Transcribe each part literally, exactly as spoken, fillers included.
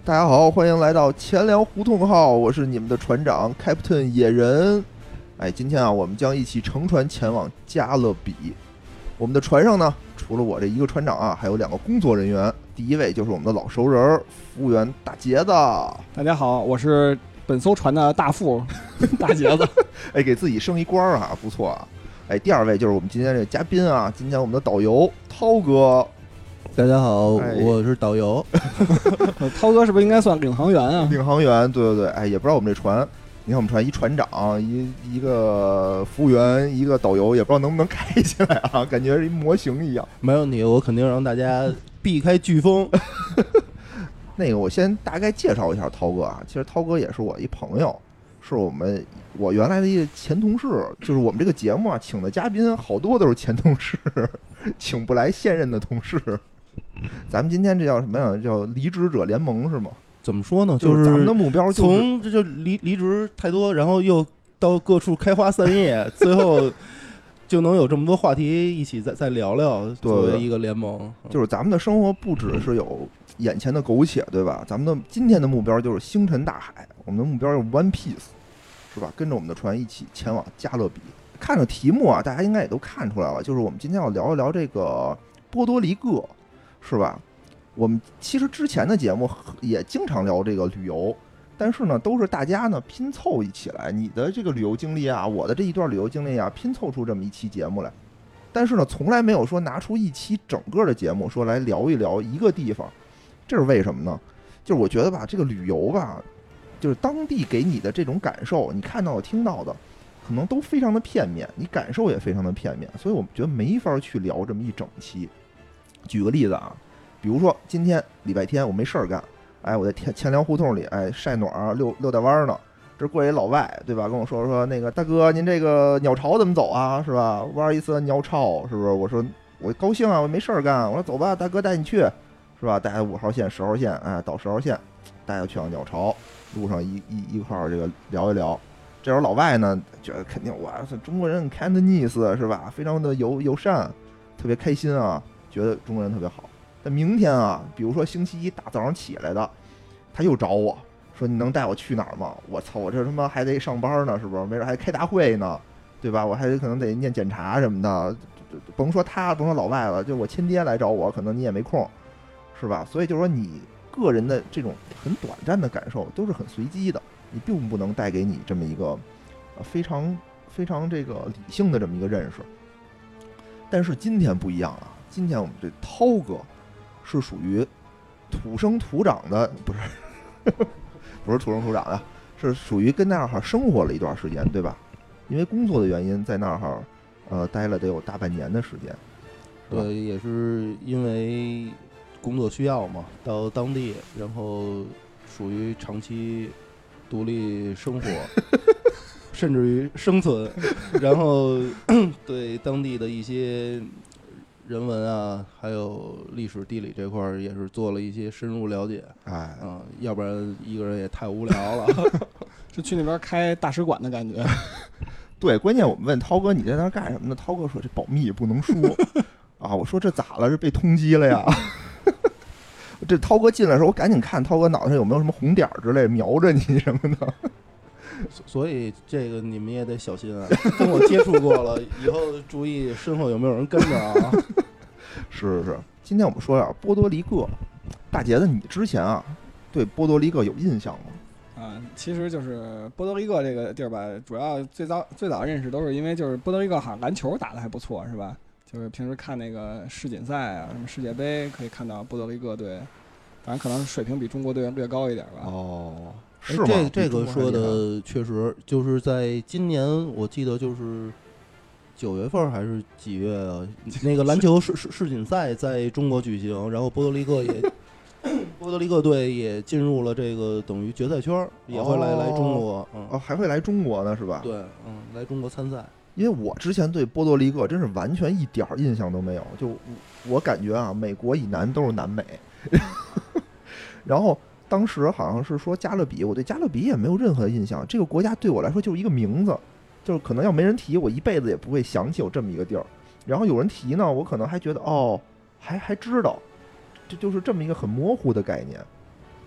大家好，欢迎来到钱粮胡同号，我是你们的船长 Captain 野人。哎，今天啊，我们将一起乘船前往加勒比。我们的船上呢，除了我这一个船长啊，还有两个工作人员。第一位就是我们的老熟人，服务员大杰子。 大家好，我是本艘船的大副大杰子。 哎，给自己升一官啊，不错啊。哎，第二位就是我们今天这个嘉宾啊，今天我们的导游涛哥。 大家好， 哎、 我是导游。 涛哥是不是应该算领航员啊？ 领航员，对对对。哎，也不知道我们这船，你看我们船一船长，一一个服务员，一个导游，也不知道能不能开起来啊，感觉是一模型一样。 没问题，我肯定让大家避开飓风。 那个，我先大概介绍一下涛哥啊。其实涛哥也是我一朋友，是我们我原来的一个前同事。就是我们这个节目啊，请的嘉宾好多都是前同事，请不来现任的同事。咱们今天这叫什么呀？叫离职者联盟是吗？ 怎么说呢？ 就是咱们的目标就是从这就离离职太多，然后又到各处开花散叶，最后就能有这么多话题一起再再聊聊。作为一个联盟， 就是咱们的生活不只是有眼前的苟且，对吧？咱们的今天的目标就是星辰大海，我们的目标是 One Piece， 是吧？跟着我们的船一起前往加勒比。看着题目啊，大家应该也都看出来了，就是我们今天要聊一聊这个波多黎各，是吧？我们其实之前的节目也经常聊这个旅游，但是呢，都是大家呢拼凑一起来，你的这个旅游经历啊，我的这一段旅游经历啊，拼凑出这么一期节目来。但是呢，从来没有说拿出一期整个的节目说来聊一聊一个地方，这是为什么呢？就是我觉得吧，这个旅游吧，就是当地给你的这种感受，你看到的、听到的，可能都非常的片面，你感受也非常的片面，所以我们觉得没法去聊这么一整期。举个例子啊，比如说今天礼拜天我没事儿干，哎，我在钱粮胡同里，哎，晒暖溜溜达弯呢。这过一老外，对吧？跟我说说那个大哥，您这个鸟巢怎么走啊？是吧？玩一次鸟巢，是不是？我说我高兴啊，我没事儿干。我说走吧，大哥带你去，是吧？带五号线、十号线，哎，到十号线，带他去往鸟巢，路上一一一块儿这个聊一聊。这时候老外呢，觉得肯定哇塞，中国人 Cantonese 是吧？非常的友友善，特别开心啊。觉得中国人特别好，但明天啊，比如说星期一大早上起来的，他又找我说：“你能带我去哪儿吗？”我操，我这他妈还得上班呢，是不是？没准还开大会呢，对吧？我还可能得念检查什么的，甭说他，甭说老外了，就我亲爹来找我，可能你也没空，是吧？所以就是说，你个人的这种很短暂的感受都是很随机的，你并不能带给你这么一个非常非常这个理性的这么一个认识。但是今天不一样了。今天我们这涛哥是属于土生土长的，不是不是土生土长的，是属于跟那儿生活了一段时间，对吧？因为工作的原因，在那儿呃待了得有大半年的时间。 对，也是因为工作需要嘛，到当地，然后属于长期独立生活，甚至于生存，然后对当地的一些人文啊，还有历史地理这块儿也是做了一些深入了解。 哎， 啊、嗯，要不然一个人也太无聊了。 是去那边开大使馆的感觉。 对，关键我们问涛哥你在那儿干什么呢？涛哥说这保密不能说啊。我说这咋了？是被通缉了呀？这涛哥进来的时候，我赶紧看涛哥脑袋上有没有什么红点之类瞄着你什么的。 所以这个你们也得小心啊，跟我接触过了，以后注意身后有没有人跟着啊。 是是是，今天我们说点波多黎各。大杰子，你之前啊对波多黎各有印象吗？ 啊，其实就是波多黎各这个地儿吧，主要最早最早认识都是因为就是波多黎各好像篮球打得还不错，是吧？就是平时看那个世锦赛啊，什么世界杯，可以看到波多黎各队，反正可能水平比中国队略高一点吧。 哦。是吗？ 这这个说的确实，就是在今年，我记得就是九月份还是几月啊？那个篮球世世世锦赛在中国举行，然后波多黎各也波多黎各队也进入了这个等于决赛圈，也会来、哦、来中国，嗯， 哦，还会来中国呢，是吧？ 对，嗯，来中国参赛。 因为我之前对波多黎各真是完全一点印象都没有，就我感觉啊，美国以南都是南美，然后。当时好像是说加勒比，我对加勒比也没有任何的印象。这个国家对我来说就是一个名字，就是可能要没人提，我一辈子也不会想起有这么一个地儿。然后有人提呢，我可能还觉得哦，还还知道，这就是这么一个很模糊的概念。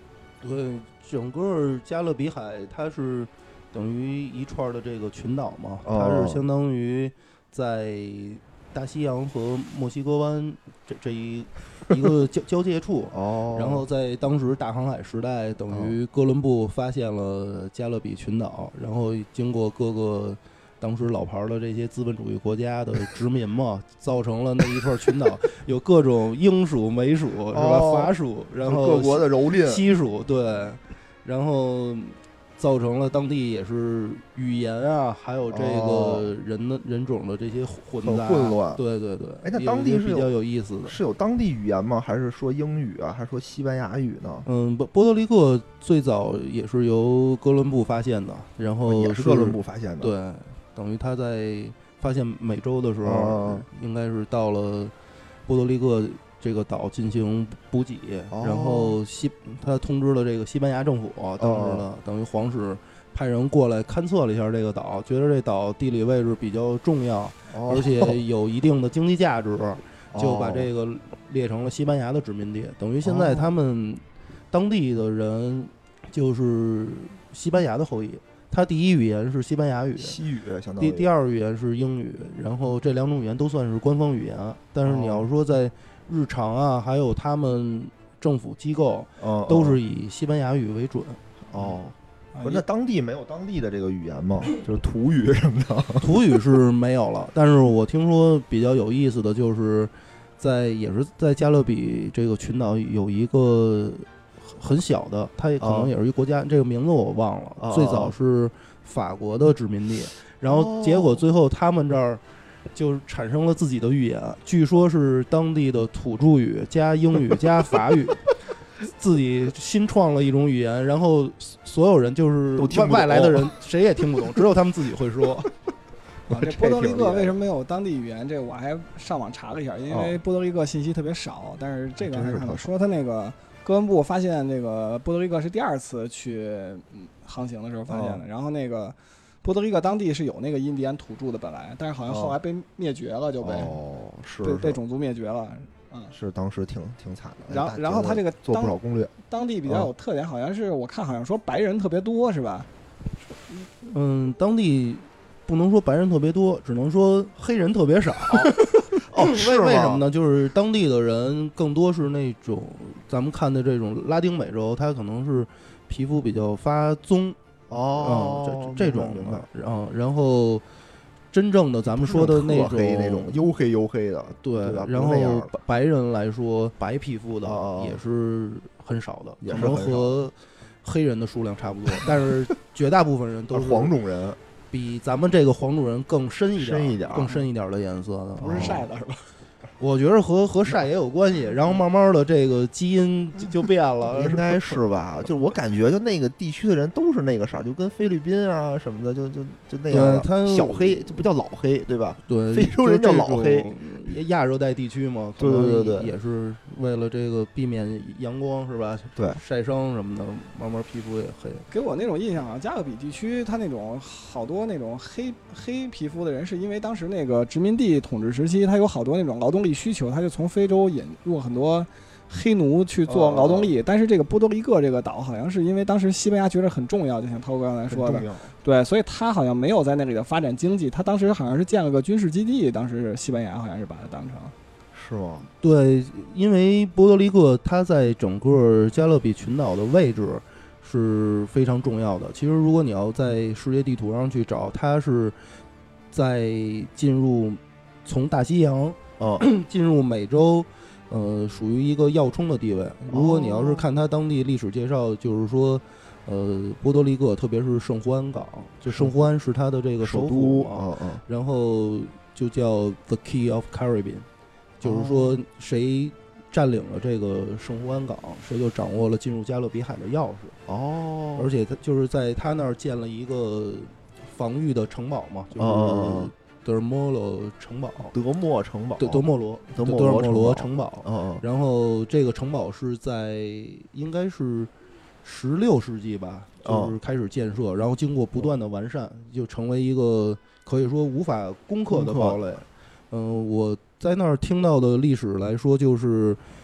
对，整个加勒比海它是等于一串的这个群岛嘛， 哦它是相当于在大西洋和墨西哥湾这这一一个交交界处。 哦， 然后在当时大航海时代，等于哥伦布发现了加勒比群岛，然后经过各个当时老牌的这些资本主义国家的殖民嘛，造成了那一串群岛有各种英属、美属是吧？ 哦法属，然后各国的蹂躏， 西属，对，然后造成了当地也是语言啊，还有这个人的、人种的这些混杂很混乱对对对， 哎那当地是有也比较有意思的。 是有当地语言吗？还是说英语啊？还是说西班牙语呢？ 嗯，波波多黎各最早也是由哥伦布发现的，然后也是哥伦布发现的。， 对，等于他在发现美洲的时候， 哦应该是到了波多黎各这个岛进行补给， 哦然后西他通知了这个西班牙政府，当时的、等于皇室派人过来勘测了一下这个岛，觉得这岛地理位置比较重要， 哦、 而且有一定的经济价值，就把哦这个列成了西班牙的殖民地。等于现在他们当地的人就是西班牙的后裔。他第一语言是西班牙语， 西语相当于第第二语言是英语，然后这两种语言都算是官方语言。但是你要说在日常啊，还有他们政府机构， 嗯都是以西班牙语为准。 哦。 啊不是，那当地没有当地的这个语言吗？就是土语什么的。 土语是没有了，但是我听说比较有意思的就是在也是在加勒比这个群岛有一个很小的，它也可能也是一个国家，这个名字我忘了。 哦最早是法国的殖民地，然后结果最后他们这儿就产生了自己的语言，据说是当地的土著语加英语加法语。自己新创了一种语言，然后所有人就是外都听不懂外来的人，谁也听不懂，只有他们自己会说。 啊，这波多黎各为什么没有当地语言？这我还上网查了一下，因为波多黎各信息特别少。但是这个还是看到说他那个哥伦布发现那个波多黎各是第二次去嗯航行的时候发现的，然后那个波多黎各当地是有那个印第安土著的本来，但是好像后来被灭绝了，就被哦是被被种族灭绝了。嗯， 是当时挺挺惨的。 然后然后他这个做不少攻略， 当地比较有特点，好像是我看好像说白人特别多，是吧？ 嗯，当地不能说白人特别多，只能说黑人特别少。 哦， 为是为什么呢？就是当地的人更多是那种咱们看的这种拉丁美洲，他可能是皮肤比较发棕哦， 嗯、这这种明白。 的，然后然后真正的咱们说的那种黑那种黝黑黝黑的， 对， 吧然后白人来说，白皮肤的哦也是很少的， 也是可能和黑人的数量差不多，但是绝大部分人都是黄种人， 比咱们这个黄种人更深一点， 深一点， 更深一点的颜色的， 不是晒的是吧？ 我觉得和和晒也有关系，然后慢慢的这个基因就就变了， 应该是吧？就我感觉，就那个地区的人都是那个色，就跟菲律宾啊什么的，就就就那样。 他小黑就不叫老黑，对吧？ 对， 非洲人叫老黑。 亚热带地区嘛， 对对对对， 也是为了这个避免阳光是吧？ 对， 晒伤什么的，慢慢皮肤也黑。 给我那种印象啊，加勒比地区它那种好多那种黑黑皮肤的人，是因为当时那个殖民地统治时期，它有好多那种劳动力需求，它就从非洲引入很多黑奴去做劳动力。 哦、 但是这个波多黎各这个岛，好像是因为当时西班牙觉得很重要，就像涛哥刚才说的，对，所以他好像没有在那里的发展经济，他当时好像是建了个军事基地，当时西班牙好像是把它当成。 是吗？ 对，因为波多黎各它在整个加勒比群岛的位置是非常重要的。其实，如果你要在世界地图上去找，它是在进入从大西洋哦进入美洲，呃，属于一个要冲的地位。如果你要是看它当地历史介绍，就是说，呃，波多黎各，特别是圣胡安港，就圣胡安是它的这个首府嘛， 嗯嗯， 然后就叫 The Key of Caribbean。就是说，谁占领了这个圣胡安港，谁就掌握了进入加勒比海的钥匙。 哦， 而且他就是在他那儿建了一个防御的城堡嘛，就是德莫罗城堡。 德莫城堡， 德德莫罗， 德莫罗罗城堡。 嗯嗯。 然后这个城堡是在应该是十六世纪吧，就是开始建设，然后经过不断的完善，就成为一个可以说无法攻克的堡垒。嗯、呃，我。在那儿听到的历史来说，就是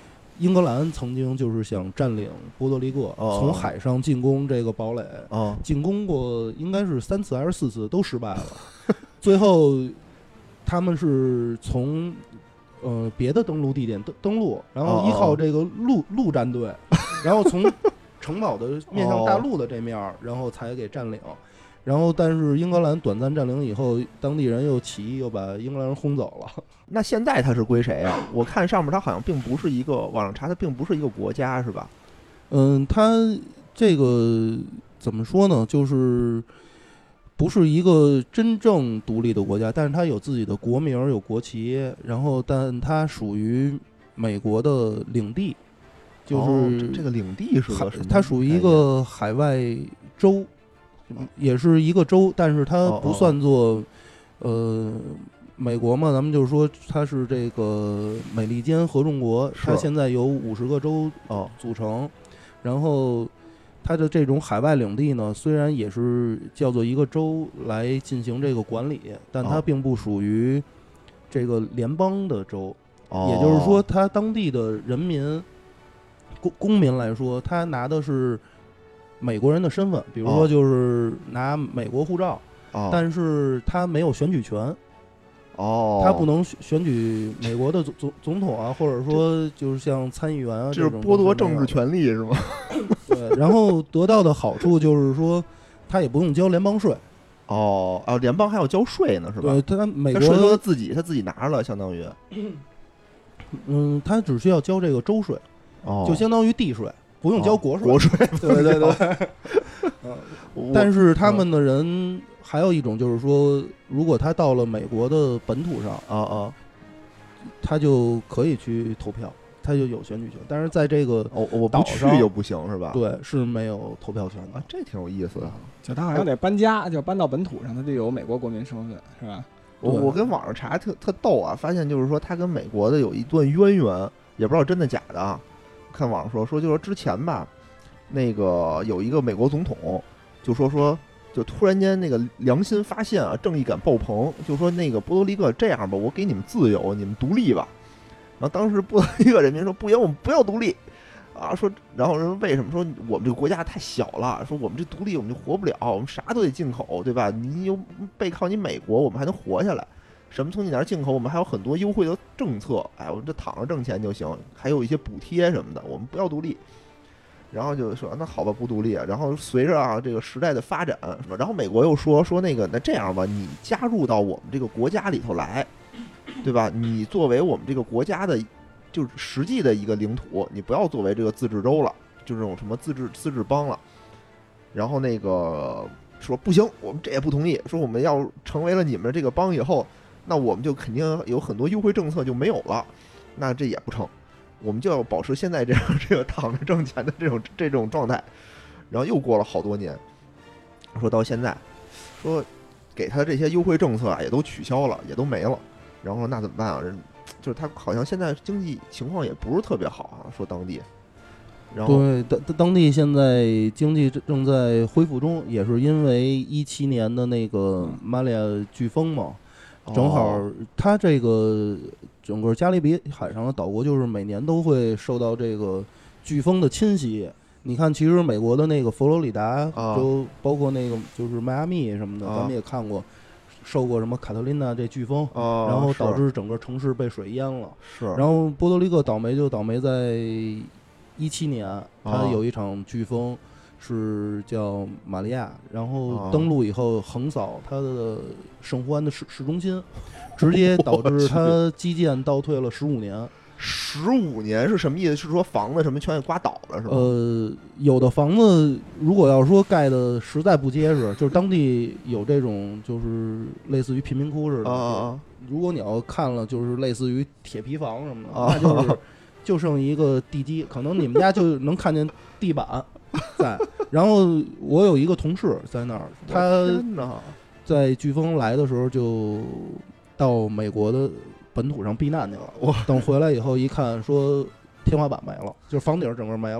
英格兰曾经就是想占领波多黎各， 哦、 从海上进攻这个堡垒， 哦、 进攻过应该是三次还是四次都失败了，最后他们是从呃别的登陆地点登登陆，然后依靠这个陆陆战队，然后从城堡的面向大陆的这面，然后才给占领。然后，但是英格兰短暂占领以后，当地人又起义，又把英格兰人轰走了。 那现在它是归谁啊？我看上面它好像并不是一个，网上查它并不是一个国家，是吧？ 嗯，它这个怎么说呢？就是不是一个真正独立的国家，但是它有自己的国名，有国旗，然后但它属于美国的领地，就是、 哦、这, 这个领地是个什么？ 它属于一个海外州。也是一个州，但是它不算作、哦哦、呃美国嘛，咱们就是说它是这个美利坚合众国，它现在有五十个州组成、哦，然后它的这种海外领地呢，虽然也是叫做一个州来进行这个管理，但它并不属于这个联邦的州， 哦、 也就是说，它当地的人民公公民来说，他拿的是美国人的身份，比如说就是拿美国护照， 哦、 但是他没有选举权， 哦， 他不能选举美国的总总总统啊，或者说就是像参议员啊， 这是剥夺政治权利是吗？ 对，然后得到的好处就是说，他也不用交联邦税。 哦哦，联邦还要交税呢，是吧？ 对，他美国税收他自己他自己拿了，相当于， 嗯，他只需要交这个州税， 哦， 就相当于地税。不用交国税， 哦、国税， 对对对。嗯，但是他们的人还有一种就是说，如果他到了美国的本土上， 啊啊， 他就可以去投票，他就有选举权。但是在这个我我不去就不行是吧？ 对，是没有投票权的。 啊，这挺有意思的。 就他好像得搬家，就搬到本土上，他就有美国国民身份，是吧？ 我我跟网上查特特逗啊，发现就是说他跟美国的有一段渊源，也不知道真的假的啊。看网上说说，就说之前吧，那个有一个美国总统就说说，就突然间那个良心发现啊，正义感爆棚，就说那个波多黎各这样吧，我给你们自由，你们独立吧。然后当时波多黎各人民说不行，我们不要独立啊，说然后人为什么说我们这个国家太小了，说我们这独立我们就活不了，我们啥都得进口，对吧？你又背靠你美国，我们还能活下来。什么从你那儿进口，我们还有很多优惠的政策，哎，我们这躺着挣钱就行，还有一些补贴什么的，我们不要独立。然后就说那好吧，不独立。然后随着啊这个时代的发展，然后美国又说说那个那这样吧，你加入到我们这个国家里头来，对吧？你作为我们这个国家的，就是实际的一个领土，你不要作为这个自治州了，就这种什么自治自治邦了。然后那个说不行，我们这也不同意，说我们要成为了你们这个邦以后。那我们就肯定有很多优惠政策就没有了，那这也不成，我们就要保持现在这样这个躺着挣钱的这种这种状态。然后又过了好多年，说到现在，说给他这些优惠政策啊也都取消了，也都没了。然后那怎么办啊？人就是他好像现在经济情况也不是特别好啊，说当地。然后对，当当地现在经济正在恢复中，也是因为一七年的那个马里亚飓风嘛。正好，它这个整个加勒比海上的岛国，就是每年都会受到这个飓风的侵袭。你看，其实美国的那个佛罗里达州，包括那个就是迈阿密什么的，咱们也看过，受过什么卡特琳娜这飓风，然后导致整个城市被水淹了。 是。 然后波多黎各倒霉就倒霉在一七年，它有一场飓风。是叫玛利亚，然后登陆以后横扫它的圣胡安的市市中心，直接导致它基建倒退了十五年。 十五年是什么意思？是说房子什么全给刮倒了是吗？ 呃，有的房子如果要说盖的实在不结实，就是当地有这种就是类似于贫民窟似的。 啊， 如果你要看了，就是类似于铁皮房什么的，那就是就剩一个地基，可能你们家就能看见地板。在，然后我有一个同事在那儿，他在飓风来的时候就到美国的本土上避难去了。等回来以后一看，说天花板没了，就是房顶整个没了。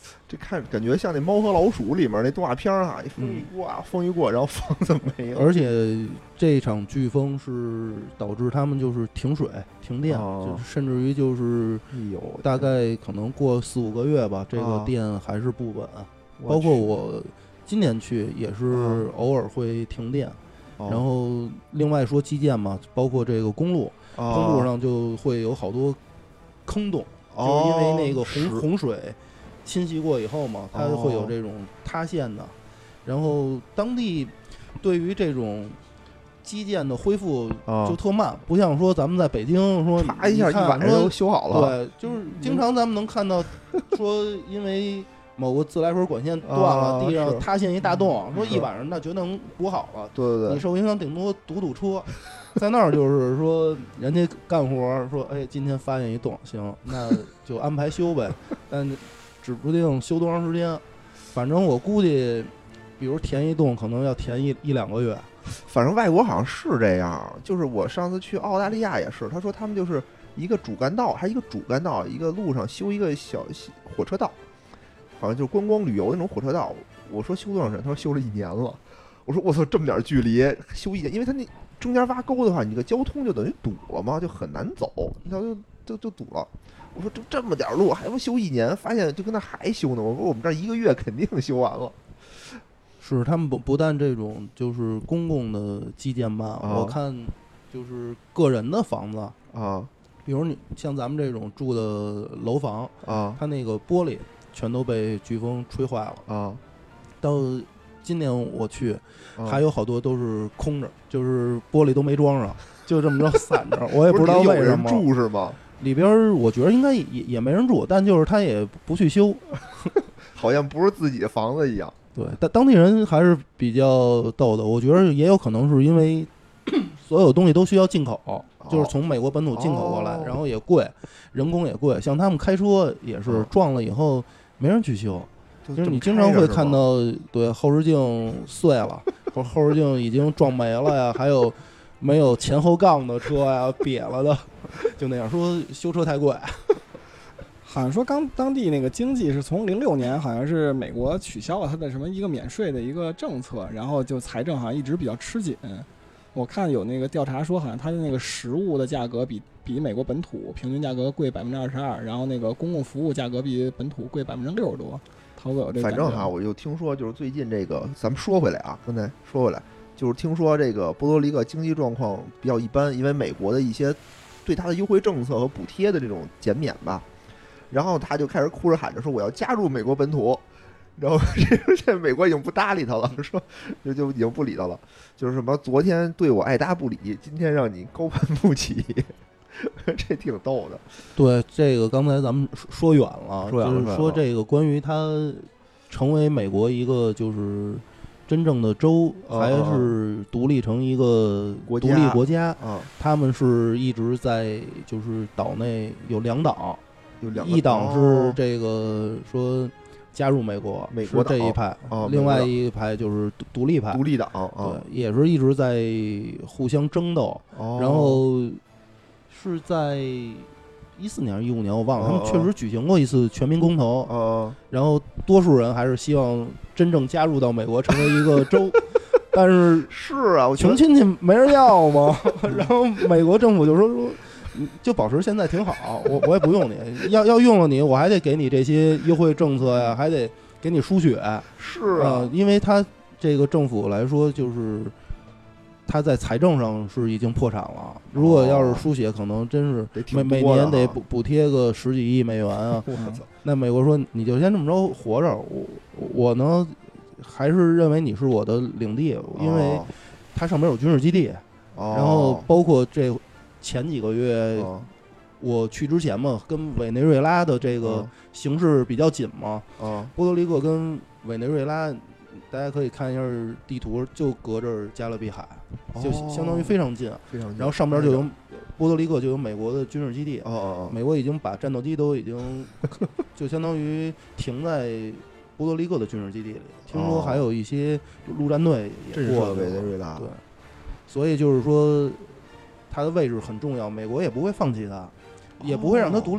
这看感觉像那《猫和老鼠》里面那动画片啊，一风一过啊，风一过，然后房子没了。 而且这场飓风是导致他们就是停水、停电， 哦、 就甚至于就是大概可能过四五个月吧，这个电还是不稳。包括我今年去也是偶尔会停电。 哦、 然后另外说基建嘛，包括这个公路， 哦、 公路上就会有好多坑洞，哦、就是因为那个洪洪水侵袭过以后嘛，它会有这种塌陷的。然后当地对于这种基建的恢复就特慢，哦、不像说咱们在北京说啪一下一晚上就修好了。 对，就是经常咱们能看到说因为某个自来水管线断了， 啊、 地上塌陷一大洞，说一晚上那就能补好了。 对对对， 你受影响顶多堵堵车。在那儿就是说，人家干活说，哎，今天发现一洞，行，那就安排修呗，但指不定修多长时间。反正我估计，比如填一洞，可能要填一一两个月。 反正外国好像是这样，就是我上次去澳大利亚也是，他说他们就是一个主干道，还一个主干道，一个路上修一个小火车道。好像就是观光旅游那种火车道，我说修多长时间？他说修了一年了。我说我操，这么点距离修一年，因为他那中间挖沟的话，你这个交通就等于堵了嘛，就很难走，你看就就就堵了。我说这这么点路还不修一年？发现就跟那还修呢。我说我们这一个月肯定修完了。 是他们不不但这种就是公共的基建慢， 啊、 我看就是个人的房子啊， 比如你像咱们这种住的楼房啊， 它那个玻璃全都被飓风吹坏了啊！ 到今年我去，啊、还有好多都是空着，就是玻璃都没装上，就这么着散着。我也不知道为什么。 住是吗？ 里边我觉得应该也也没人住，但就是他也不去修， 好像不是自己的房子一样。 对，但当地人还是比较逗的。我觉得也有可能是因为所有东西都需要进口。哦、就是从美国本土进口过来， 哦、 然后也贵，人工也贵。像他们开车也是撞了以后。没人去修，就是你经常会看到，对，后视镜碎了，或后视镜已经撞没了呀，还有没有前后杠的车呀，瘪了的，就那样说修车太贵。 好像说刚当地那个经济是从零六年，好像是美国取消了它的什么一个免税的一个政策，然后就财政好像一直比较吃紧。我看有那个调查说，好像它的那个食物的价格比比美国本土平均价格贵百分之二十二，然后那个公共服务价格比本土贵百分之六十多。涛哥有这个？ 反正哈，我就听说，就是最近这个，咱们说回来啊，刚才说回来，就是听说这个波多黎各经济状况比较一般，因为美国的一些对它的优惠政策和补贴的这种减免吧，然后他就开始哭着喊着说我要加入美国本土。然后这这美国已经不搭理他了，说就就已经不理他了，就是什么昨天对我爱搭不理，今天让你高攀不起，这挺逗的。 对，这个刚才咱们说远了， 说远了就是说这个关于他成为美国一个就是真正的州， 哦、 还是独立成一个独立国家， 哦、 他们是一直在就是岛内有两党， 有两一党是这个说。加入美国， 美国这一派， 哦、 另外一派就是独立派， 独立党， 哦、对，也是一直在互相争斗。 哦、 然后是在一四年、一五年，我忘了， 哦、 他们确实举行过一次全民公投。 哦、 然后多数人还是希望真正加入到美国，成为一个州。但是是啊，我穷亲戚没人要嘛。然后美国政府就说说。就保持现在挺好，我我也不用你，要要用了你，我还得给你这些优惠政策呀，还得给你输血。 是啊、 呃，因为他这个政府来说，就是他在财政上是已经破产了。如果要是输血，可能真是每每年得补补贴个十几亿美元啊。那美国说你就先这么着活着，我我呢还是认为你是我的领地，因为它上面有军事基地， 哦、 然后包括这。前几个月， 哦、 我去之前嘛，跟委内瑞拉的这个形势比较紧嘛。 哦、 波多黎各跟委内瑞拉，大家可以看一下地图，就隔着加勒比海， 哦、 就相当于非常近， 非常近。 然后上边就有波多黎各就有美国的军事基地。 哦哦哦， 美国已经把战斗机都已经就相当于停在波多黎各的军事基地里。听说还有一些陆战队也过了委内瑞拉。 对，所以就是说。它的位置很重要，美国也不会放弃它，也不会让它独立。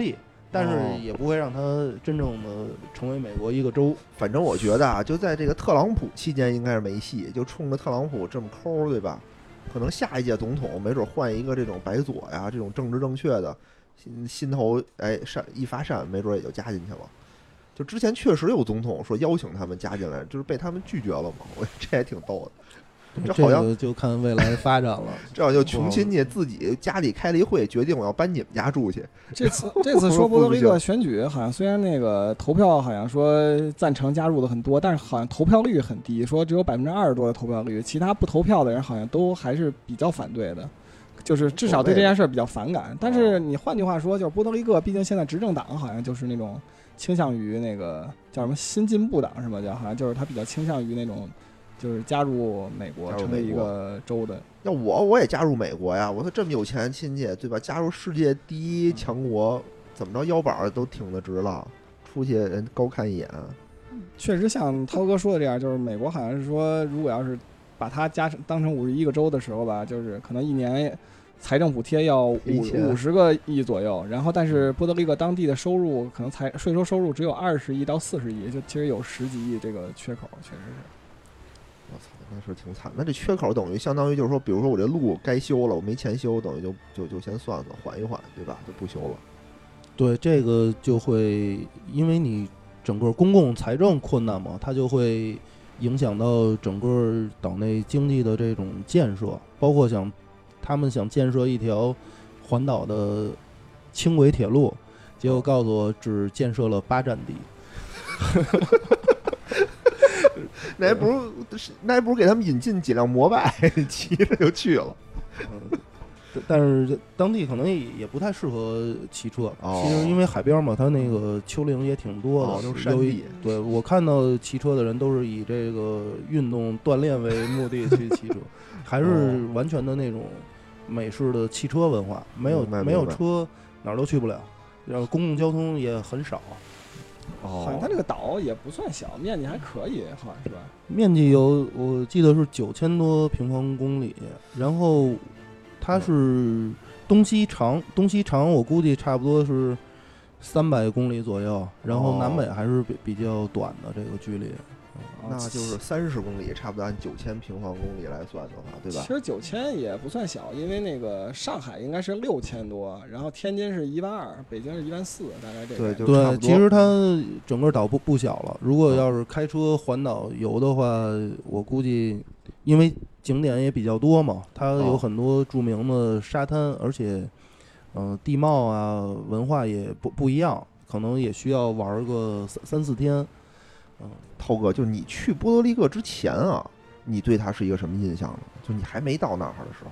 但哦是也不会让它真正的成为美国一个州。 反正我觉得啊，就在这个特朗普期间应该是没戏，就冲着特朗普这么抠，对吧？可能下一届总统没准换一个这种白左呀，这种政治正确的，心心头哎善一发善，没准也就加进去了。就之前确实有总统说邀请他们加进来，就是被他们拒绝了嘛。我这也挺逗的。这好像这个就看未来发展了。 这好像就穷亲戚自己家里开了一会，决定我要搬你们家住去。 这次这次说波多黎各选举，好像虽然那个投票好像说赞成加入的很多，但是好像投票率很低，说只有百分之二十多的投票率，其他不投票的人好像都还是比较反对的，就是至少对这件事比较反感。但是你换句话说，就是波多黎各毕竟现在执政党好像就是那种倾向于那个叫什么新进步党什么叫，好像就是他比较倾向于那种。就是加入美国，成为一个州的。 要我，我也加入美国呀！我说这么有钱亲戚，对吧？加入世界第一强国，怎么着腰板都挺得直了，出去人高看一眼。 确实像涛哥说的这样，就是美国好像是说，如果要是把它加成当成五十一个州的时候吧，就是可能一年财政补贴要五五十个亿左右，然后但是波多黎各当地的收入可能财税收收入只有二十亿到四十亿，就其实有十几亿这个缺口，确实是。 我操，那是挺惨。那这缺口等于相当于就是说，比如说我这路该修了，我没钱修，等于就就就先算算，缓一缓，对吧？就不修了。 对，这个就会因为你整个公共财政困难嘛，它就会影响到整个岛内经济的这种建设，包括想他们想建设一条环岛的轻轨铁路，结果告诉我只建设了八站地。 那还不如那还不如给他们引进几辆摩拜，骑着就去了。 嗯，但是当地可能也也不太适合骑车。 哦、 其实因为海边嘛，它那个丘陵也挺多的， 哦、都是山地。 对，我看到骑车的人都是以这个运动锻炼为目的去骑车，还是完全的那种美式的汽车文化，没有没有车哪儿都去不了，然后公共交通也很少。 哦， 好像它这个岛也不算小，面积还可以，好像是吧？ 面积有我记得是九千多平方公里，然后它是东西长，东西长我估计差不多是三百公里左右，然后南北还是比比较短的这个距离。 那就是三十公里，差不多按九千平方公里来算的话，对吧？ 其实九千也不算小，因为那个上海应该是六千多，然后天津是一万二，北京是一万四，大概这个。 对，就对，其实它整个岛不不小了。如果要是开车环岛游的话，我估计因为景点也比较多嘛，它有很多著名的沙滩，而且嗯、呃、地貌啊文化也不不一样，可能也需要玩个三三四天。 嗯，涛哥，就你去波多黎各之前啊，你对他是一个什么印象呢？就你还没到那儿的时候，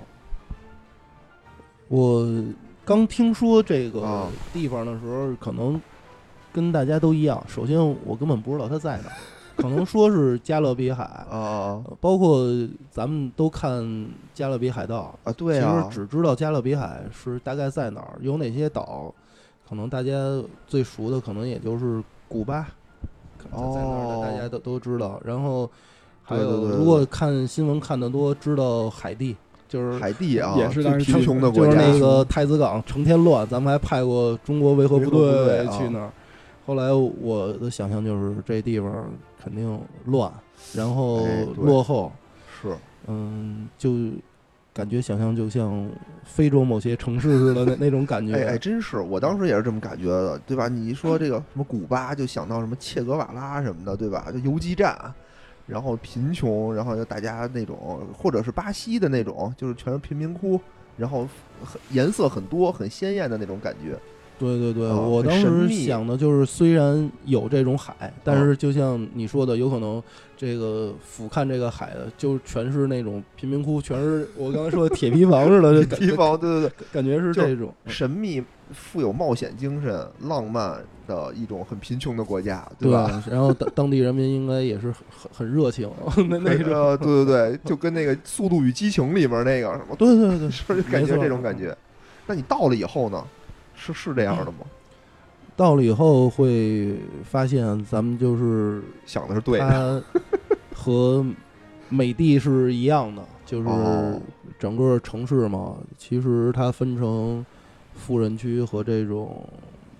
我刚听说这个地方的时候，可能跟大家都一样。首先，我根本不知道它在哪儿，可能说是加勒比海啊， 包括咱们都看《加勒比海盗》 啊，对啊， 其实只知道加勒比海是大概在哪儿，有哪些岛，可能大家最熟的可能也就是古巴。在那儿的大家都都知道，然后还有如果看新闻看得多，知道海地，就是海地啊， 也是贫穷的国家， 就是那个太子港成天乱，咱们还派过中国维和部队去那儿。后来我的想象就是这地方肯定乱，然后落后， 是嗯，就感觉想象就像非洲某些城市似的那那种感觉。 哎哎，真是，我当时也是这么感觉的，对吧？你一说这个什么古巴，就想到什么切格瓦拉什么的，对吧？就游击战，然后贫穷，然后就大家那种，或者是巴西的那种，就是全是贫民窟，然后很颜色很多、很鲜艳的那种感觉。 对对对， 哦、 我当时想的就是，虽然有这种海，但是就像你说的，有可能这个俯瞰这个海的，就全是那种贫民窟，全是我刚才说的铁皮房似的。 铁皮房，对对对， 感觉是这种神秘、富有冒险精神、浪漫的一种很贫穷的国家，对吧？ 对，然后当当地人民应该也是很很热情，那那个，对对对，就跟那个《速度与激情》里面那个什么， 对对对， 是感觉这种感觉。那你到了以后呢？是是这样的吗？ 到了以后会发现，咱们就是想的是对的， 它和美的是一样的，就是整个城市嘛，其实它分成富人区和这种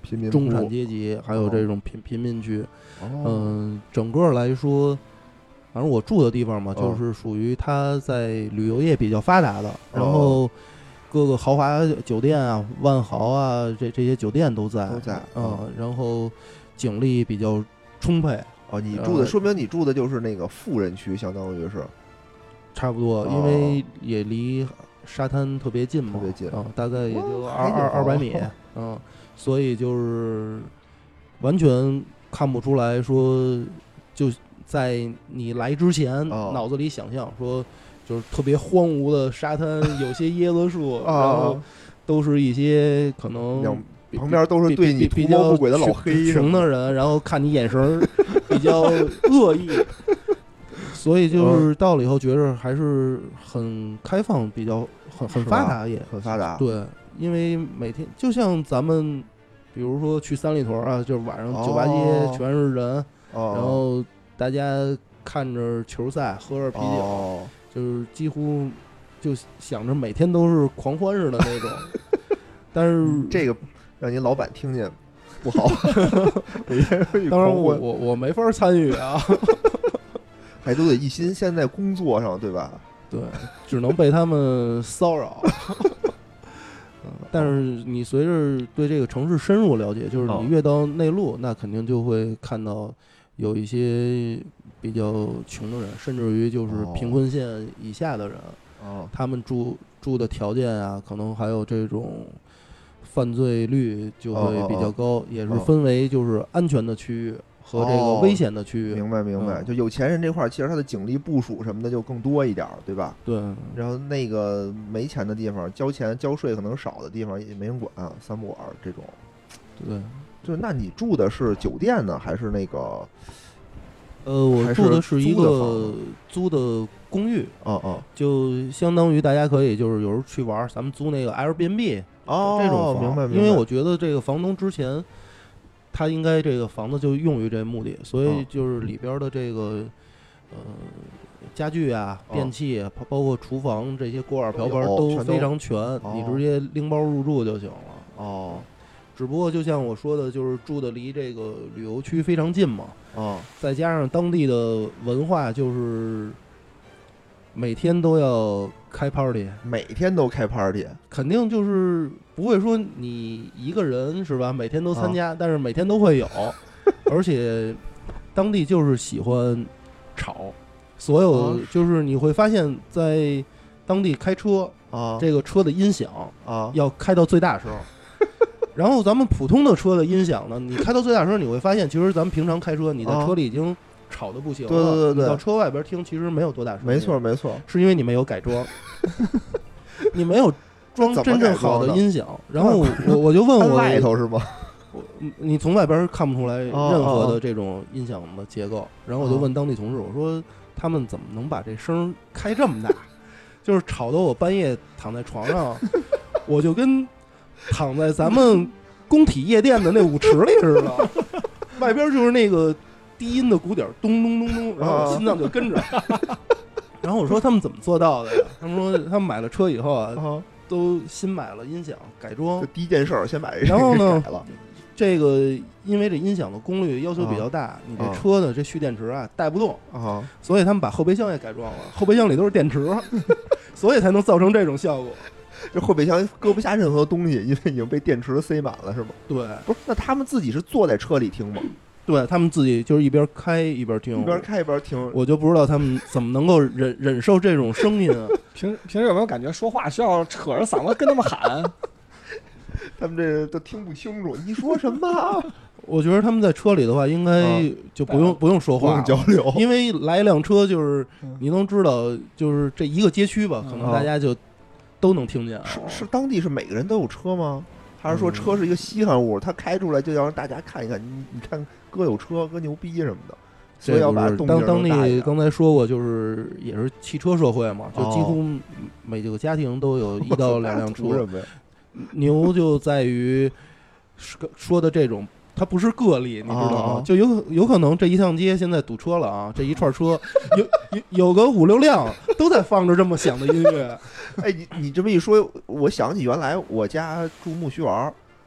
贫民中产阶级，还有这种贫贫民区。 哦， 嗯，整个来说，反正我住的地方嘛， 哦就是属于它在旅游业比较发达的，然后各个豪华酒店啊、万豪啊，这这些酒店都在， 都在嗯，然后警力比较充沛。 哦，你住的说明你住的就是那个富人区，相当于是差不多，因为也离沙滩特别近嘛， 特别近啊、大概也就哇二二二百米，嗯，所以就是完全看不出来说，就在你来之前， 哦脑子里想象说，就是特别荒芜的沙滩，有些椰子树， 啊然后都是一些可能两旁边都是对你图谋不轨的老黑穷的人，然后看你眼神比较恶意。所以就是到了以后，觉着还是很开放，比较很很发达也， 很发达。 对，因为每天就像咱们，比如说去三里屯啊，就是晚上酒吧街全是人， 哦、 然后大家看着球赛，喝着啤酒， 哦、 就是几乎就想着每天都是狂欢似的那种。但是这个让您老板听见不好， 当然我我我没法参与啊。 还都得一心先在工作上，对吧？ 对，只能被他们骚扰。嗯，但是你随着对这个城市深入了解，就是你越到内陆，那肯定就会看到有一些比较穷的人，甚至于就是贫困线以下的人， 哦， 他们住住的条件啊，可能还有这种犯罪率就会比较高， 哦哦哦也是分为就是安全的区域和这个危险的区域。 哦、明白明白、嗯，就有钱人这块其实他的警力部署什么的就更多一点，对吧？ 对。 然后那个没钱的地方，交钱交税可能少的地方也没人管，三不管这种。 对， 就那你住的是酒店呢，还是那个？ 呃，我住的是一个租的公寓。 哦哦， 就相当于大家可以就是有时候去玩，咱们租那个 Airbnb 哦， 这种房， 明白明白。 因为我觉得这个房东之前。他应该这个房子就用于这目的，所以就是里边的这个呃家具啊、电器，包括厨房这些锅碗瓢盆都非常全，你直接拎包入住就行了。 哦， 只不过就像我说的，就是住的离这个旅游区非常近嘛。 哦， 再加上当地的文化，就是每天都要开 party， 每天都开 party， 肯定就是不会说你一个人是吧？每天都参加，啊、但是每天都会有，而且当地就是喜欢吵，所有就是你会发现在当地开车啊， 这个车的音响啊要开到最大声。然后咱们普通的车的音响呢，你开到最大声，你会发现其实咱们平常开车，你在车里已经吵得不行了， 对对对对， 你到车外边听其实没有多大声音， 没错没错， 是因为你没有改装，你没有装真正好的音响。然后我我就问我外头是吗？ 我你从外边看不出来任何的这种音响的结构，然后我就问当地同事，我说他们怎么能把这声开这么大，就是吵得我半夜躺在床上，我就跟躺在咱们工体夜店的那舞池里似的，外边就是那个低音的鼓点咚咚咚咚，然后我心脏就跟着。然后我说他们怎么做到的呀？他们说他们买了车以后啊，都新买了音响改装。 就第一件事儿先把这然后呢改了。 这个因为这音响的功率要求比较大，啊、你这车的这蓄电池啊带不动啊， 所以他们把后备箱也改装了，后备箱里都是电池，所以才能造成这种效果。 这后备箱搁不下任何东西，因为已经被电池塞满了，是吗？ 对， 不是，那他们自己是坐在车里听吗？ 对他们自己就是一边开一边听， 一边开一边听。 我就不知道他们怎么能够忍忍受这种声音啊。 平平时有没有感觉说话需要扯着嗓子跟他们喊？ 他们这都听不清楚你说什么。 我觉得他们在车里的话，应该就不用、啊、不用说话， 不用交流， 因为来一辆车就是你能知道，就是这一个街区吧，可能大家就都能听见。 是是，当地是每个人都有车吗？还是说车是一个稀罕物，他开出来就要让大家看一看？你你看哥有车，哥牛逼什么的，所以要把动静当当地刚才说过，就是也是汽车社会嘛，就几乎每个家庭都有一到两辆车。 什么呀？ 牛就在于说的这种。它不是个例，你知道吗？ 哦、 就有有可能这一趟街现在堵车了啊，这一串车有有有个五六辆都在放着这么响的音乐。 哎，你你这么一说，我想起原来我家住木须园，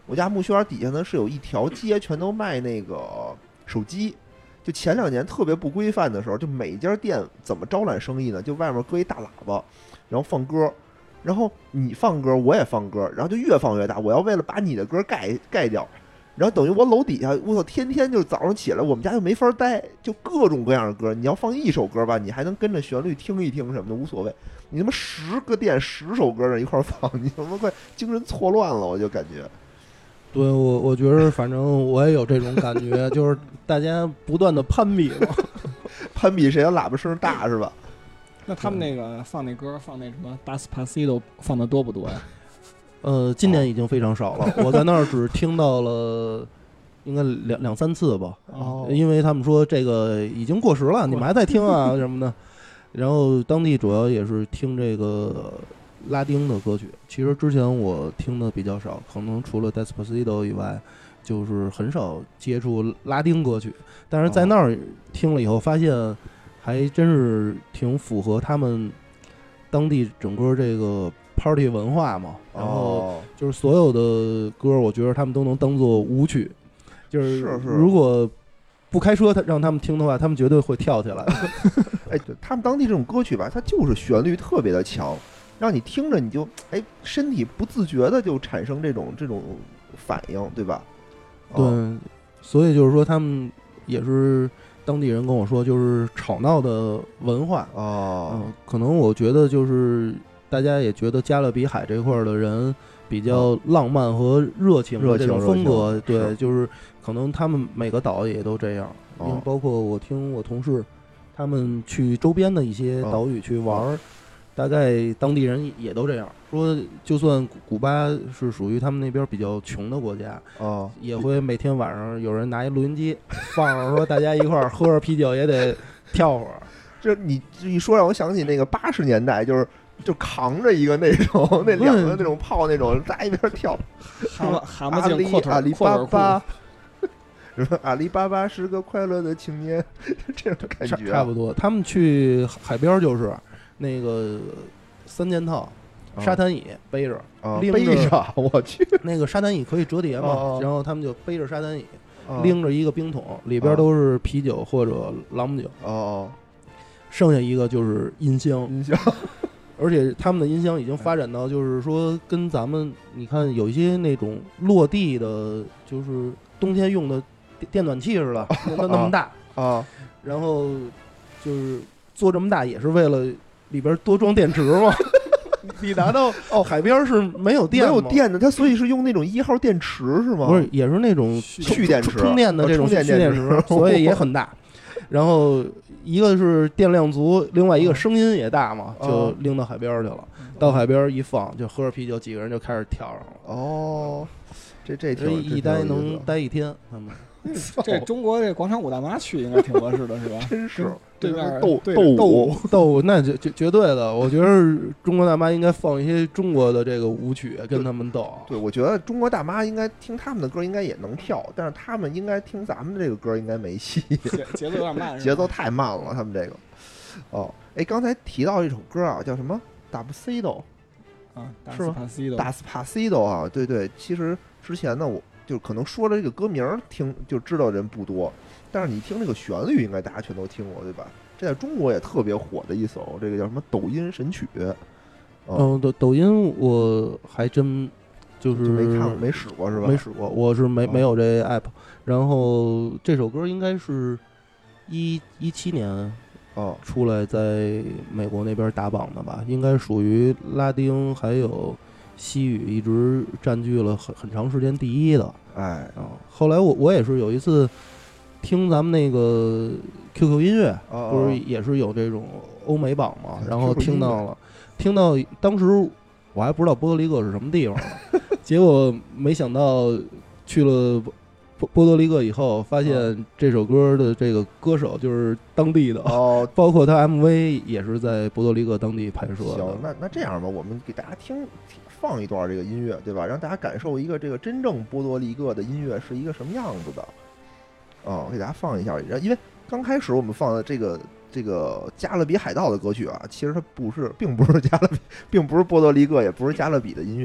我家木樨园底下呢是有一条街，全都卖那个手机。就前两年特别不规范的时候，就每家店怎么招揽生意呢？就外面搁一大喇叭，然后放歌，然后你放歌，我也放歌，然后就越放越大。我要为了把你的歌盖盖掉，然后等于我楼底下，我操，天天就早上起来，我们家就没法待，就各种各样的歌。你要放一首歌吧，你还能跟着旋律听一听什么的，无所谓。你他妈十个店十首歌在一块放，你他妈快精神错乱了，我就感觉。 对我，我觉得反正我也有这种感觉，就是大家不断的攀比嘛， 攀比谁的喇叭声大是吧？ 那他们那个放那歌，放那什么《Despacito》放的多不多呀？ 呃，今年已经非常少了，我在那儿只听到了应该两两三次吧， 哦， 因为他们说这个已经过时了，你们还在听啊什么的。然后当地主要也是听这个拉丁的歌曲，其实之前我听的比较少，可能除了 Despacito 以外，就是很少接触拉丁歌曲。但是在那儿听了以后，发现还真是挺符合他们当地整个这个 party 文化嘛。然后就是所有的歌，我觉得他们都能当做舞曲，就是如果不开车他让他们听的话，他们绝对会跳起来。 哎，对他们当地这种歌曲吧，它就是旋律特别的强。让你听着你就哎，身体不自觉的就产生这种这种反应，对吧？ 对，哦、所以就是说他们也是当地人跟我说，就是吵闹的文化哦、 嗯。可能我觉得就是大家也觉得加勒比海这块的人比较浪漫和热情的这种风格，对，就是可能他们每个岛也都这样。 哦、 因为包括我听我同事他们去周边的一些岛屿去玩。哦大概当地人也都这样说，就算古巴是属于他们那边比较穷的国家， 哦， 也会每天晚上有人拿一录音机放着，说大家一块儿喝着啤酒也得跳会儿。 这你这一说让我想起那个八十年代，就是就扛着一个那种那两个那种炮那种，在一边跳， 蛤蟆蛤蟆镜阔腿阿里巴巴。 是吧？阿里巴巴是个快乐的青年，这种感觉、啊、 差不多。他们去海边就是那个三件套，沙滩椅背着， 啊、 拎着背着，我去， 那个沙滩椅可以折叠嘛， 哦、 然后他们就背着沙滩椅， 哦、 拎着一个冰桶，里边都是啤酒或者朗姆酒， 哦， 剩下一个就是音箱， 音箱， 而且他们的音箱已经发展到就是说跟咱们你看有一些那种落地的，就是冬天用的电暖气似的，那那么大啊， 然后就是做这么大也是为了。里边多装电池嘛？你拿到哦，海边是没有电， 没有电的，它所以是用那种一号电池是吗？ 不是，也是那种蓄电池、 充电的这种蓄电池，所以也很大。然后一个是电量足，另外一个声音也大嘛，就拎到海边去了。到海边一放，就喝着啤酒，几个人就开始跳上了。 哦，这这挺一待能待一天，他们。 这中国这广场舞大妈去应该挺合适的，是吧？ 真是对面斗斗斗舞斗舞，那绝绝绝对的。我觉得中国大妈应该放一些中国的这个舞曲跟他们斗。 对，我觉得中国大妈应该听他们的歌应该也能跳，但是他们应该听咱们的这个歌应该没戏， 节奏有点慢， 节奏太慢了。他们这个哦，哎，刚才提到一首歌啊，叫什么 Despacito 啊， 是吗 ？Despacito 啊，对对，其实之前呢我。就可能说了这个歌名听就知道人不多，但是你听这个旋律应该大家全都听过对吧？这在中国也特别火的一首，这个叫什么抖音神曲。 嗯，抖抖音我还真就是没看没使过是吧？ 没使过，我是没没有这 app。然后这首歌应该是一一七年哦出来在美国那边打榜的吧，应该属于拉丁还有。西语一直占据了很很长时间第一的， 哎啊，后来我我也是有一次听咱们那个 Q Q 音乐， 哦、 不是也是有这种欧美榜嘛，然后听到了，听到当时我还不知道波多黎各是什么地方呢，结果没想到去了波波多黎各以后，发现这首歌的这个歌手就是当地的哦， 包括他 M V 也是在波多黎各当地拍摄的。 行，那那这样吧，我们给大家听。放一段这个音乐，对吧？让大家感受一个这个真正波多黎各的音乐是一个什么样子的。哦，我给大家放一下，因为刚开始我们放的这个这个加勒比海盗的歌曲啊，其实它不是，并不是加勒比，并不是波多黎各，也不是加勒比的音乐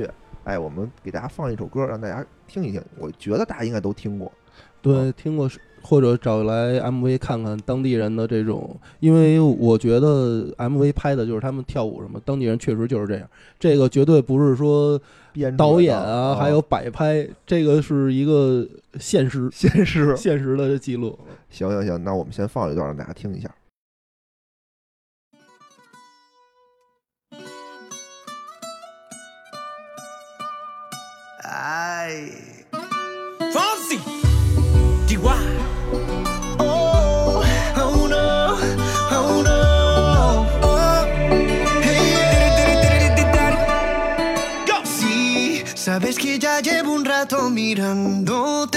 哎，我们给大家放一首歌，让大家听一听。我觉得大家应该都听过。 对，听过，或者找来 M V 看看当地人的这种，因为我觉得 M V 拍的就是他们跳舞什么，当地人确实就是这样。这个绝对不是说导演啊，还有摆拍，这个是一个现实、 现实、 现实的记录。 行行行，那我们先放一段，让大家听一下。 Ay, Fonsi, Chihuahua. Oh, oh no, oh no, oh. Hey, go. Sí, sabes que ya llevo un rato mirándote.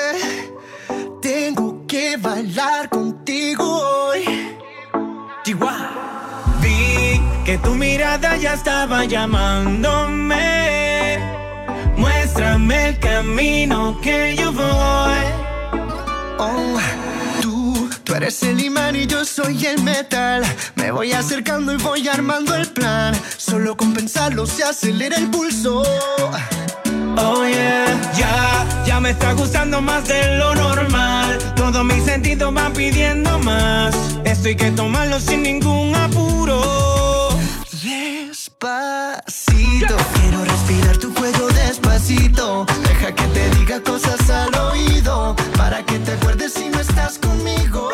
Tengo que bailar contigo hoy. Chihuahua. Vi que tu mirada ya estaba llamándome.Muéstrame el camino que yo voy. Oh, tú, tú eres el imán y yo soy el metal. Me voy acercando y voy armando el plan. Solo con pensarlo se acelera el pulso. Oh yeah, ya, ya me está gustando más de lo normal. Todos mis sentidos van pidiendo más. Esto hay que tomarlo sin ningún apuro.Despacito, quiero respirar tu cuello despacito. Deja que te diga cosas al oído, para que te acuerdes si no estás conmigo.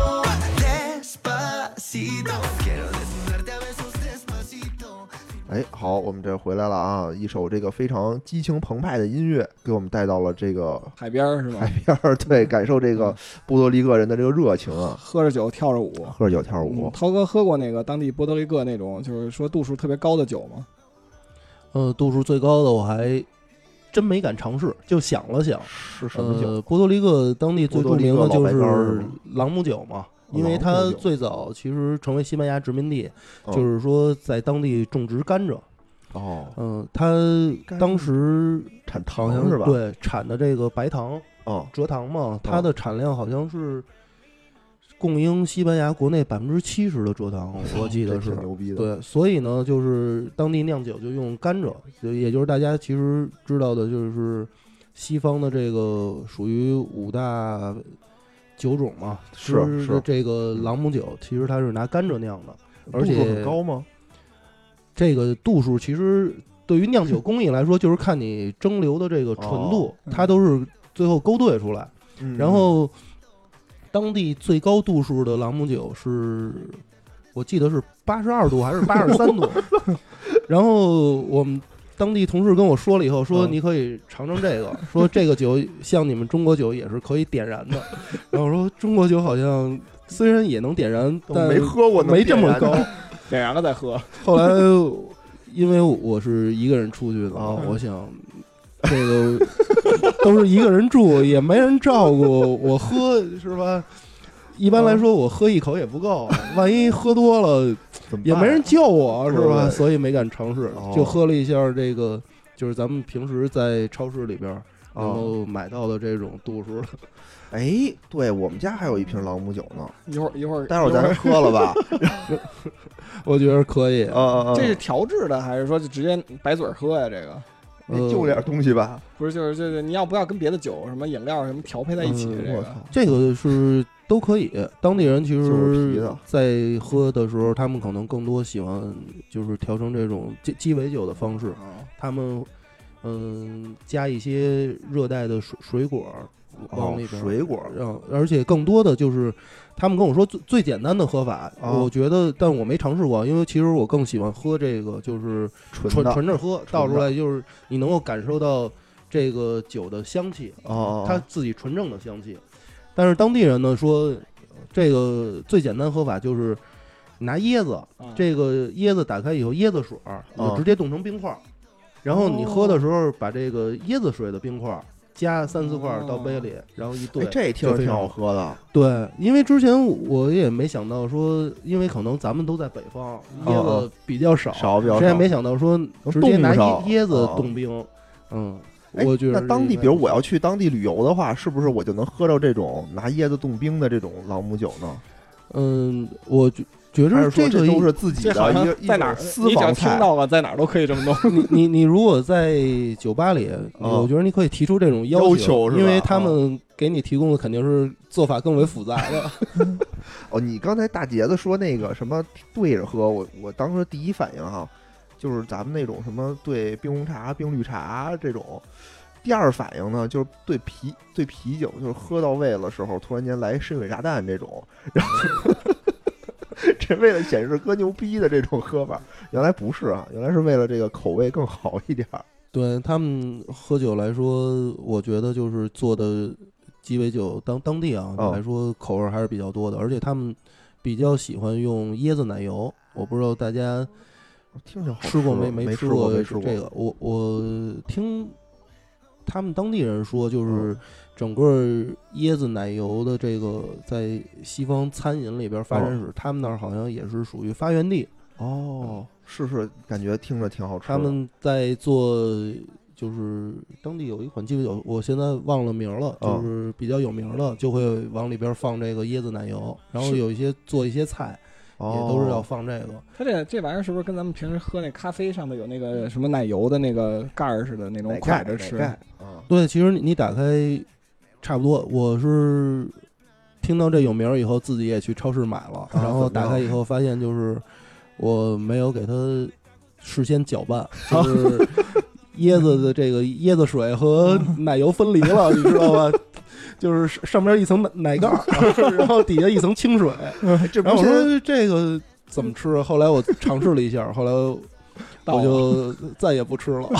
Despacito, quiero desnudarte a besos despacito. 哎，好，我们这回来了啊！一首这个非常激情澎湃的音乐，给我们带到了这个海边是吧？ 海边儿，对，感受这个波多黎各人的这个热情啊！ 喝着酒跳着舞， 喝着酒跳着舞。 嗯、涛哥喝过那个当地波多黎各那种，就是说度数特别高的酒吗？ 呃，度数最高的我还真没敢尝试，就想了想， 是什么酒？ 呃，波多黎各当地最著名的就是朗姆酒嘛。因为它最早其实成为西班牙殖民地， 哦、 就是说在当地种植甘蔗。 哦， 嗯、呃，它当时产糖是吧？ 对，产的这个白糖， 哦， 蔗糖嘛，它的产量好像是供应西班牙国内百分之七十的蔗糖，我记得是。 牛逼的。 对，所以呢，就是当地酿酒就用甘蔗，就也就是大家其实知道的，就是西方的这个属于五大酒种嘛， 是是这个朗姆酒，其实它是拿甘蔗酿的，而且度数很高吗？ 这个度数其实对于酿酒工艺来说，就是看你蒸馏的这个纯度， 哦、 它都是最后勾兑出来。 嗯、 然后当地最高度数的朗姆酒是，我记得是八十二度还是八十三度。然后我们当地同事跟我说了以后，说你可以尝尝这个，嗯、说这个酒像你们中国酒也是可以点燃的。然后说中国酒好像虽然也能点燃，但没喝过， 没这么高， 点燃了再喝。 后来因为我是一个人出去的，哦、我想这个都是一个人住，也没人照顾我喝，是吧？一般来说，我喝一口也不够，万一喝多了。也没人救我，是吧？ 对， 所以没敢尝试， 哦、 就喝了一下这个，就是咱们平时在超市里边能够买到的这种度数的。 哎，对我们家还有一瓶朗姆酒呢， 一会儿一会儿， 待会儿咱喝了吧？ 我觉得可以。 啊， 这是调制的还是说就直接白嘴喝呀？这个。 就点东西吧， 不是，就是就是你要不要跟别的酒什么饮料什么调配在一起？这个、 嗯、这个是都可以。当地人其实在喝的时候，他们可能更多喜欢就是调成这种鸡鸡尾酒的方式。 哦、 他们嗯加一些热带的水水果往里边、 哦，水果， 让而且更多的就是他们跟我说最最简单的喝法， 哦、 我觉得，但我没尝试过，因为其实我更喜欢喝这个就是纯纯着喝，倒出来就是你能够感受到这个酒的香气， 哦， 它自己纯正的香气。但是当地人呢说，这个最简单喝法就是拿椰子， 哦、 这个椰子打开以后，椰子水你就直接冻成冰块，哦、然后你喝的时候把这个椰子水的冰块加三四块到杯里，哦、然后一兑， 这听着挺好喝的。 对，因为之前我也没想到说，因为可能咱们都在北方，椰子比较少， 少比较少， 之前没想到说直接拿椰椰子冻冰。哦、嗯，我觉得那当地，比如我要去当地旅游的话，是不是我就能喝到这种拿椰子冻冰的这种朗姆酒呢？ 嗯，我觉还是说着这个都是自己这好的一个像在哪儿， 私你只要房菜？ 听到了，在哪儿都可以这么弄。 你你你如果在酒吧里，我觉得你可以提出这种要求， 求是吧因为他们给你提供的肯定是做法更为复杂的。 哦，你刚才大杰子说那个什么对着喝，我我当时第一反应哈，就是咱们那种什么对冰红茶、冰绿茶这种。第二反应呢，就是对啤对啤酒，就是喝到位的时候，突然间来深水炸弹这种，然后这为了显示哥牛逼的这种喝法，原来不是啊，原来是为了这个口味更好一点。 对他们喝酒来说，我觉得就是做的鸡尾酒当当地啊、 哦、 来说口味还是比较多的，而且他们比较喜欢用椰子奶油。我不知道大家听着好吃过没？ 没吃过没吃过这个？我我听他们当地人说，就是整个椰子奶油的这个在西方餐饮里边发展史， 哦、 他们那儿好像也是属于发源地。 哦，是是，感觉听着挺好吃的。 他们在做，就是当地有一款鸡尾酒，我现在忘了名了， 哦、 就是比较有名的，就会往里边放这个椰子奶油，然后有一些做一些菜。也都是要放这个， 它这这玩意儿是不是跟咱们平时喝那咖啡上面有那个什么奶油的那个盖儿似的那种蒯着吃？ 啊， 对，其实你打开差不多。我是听到这有名以后，自己也去超市买了， 啊、 然后打开以后发现就是我没有给它事先搅拌，就是椰子的这个椰子水和奶油分离了，你知道吧？就是上边一层奶盖，然后底下一层清水。然后我说这个怎么吃？后来我尝试了一下，后来我就再也不吃了。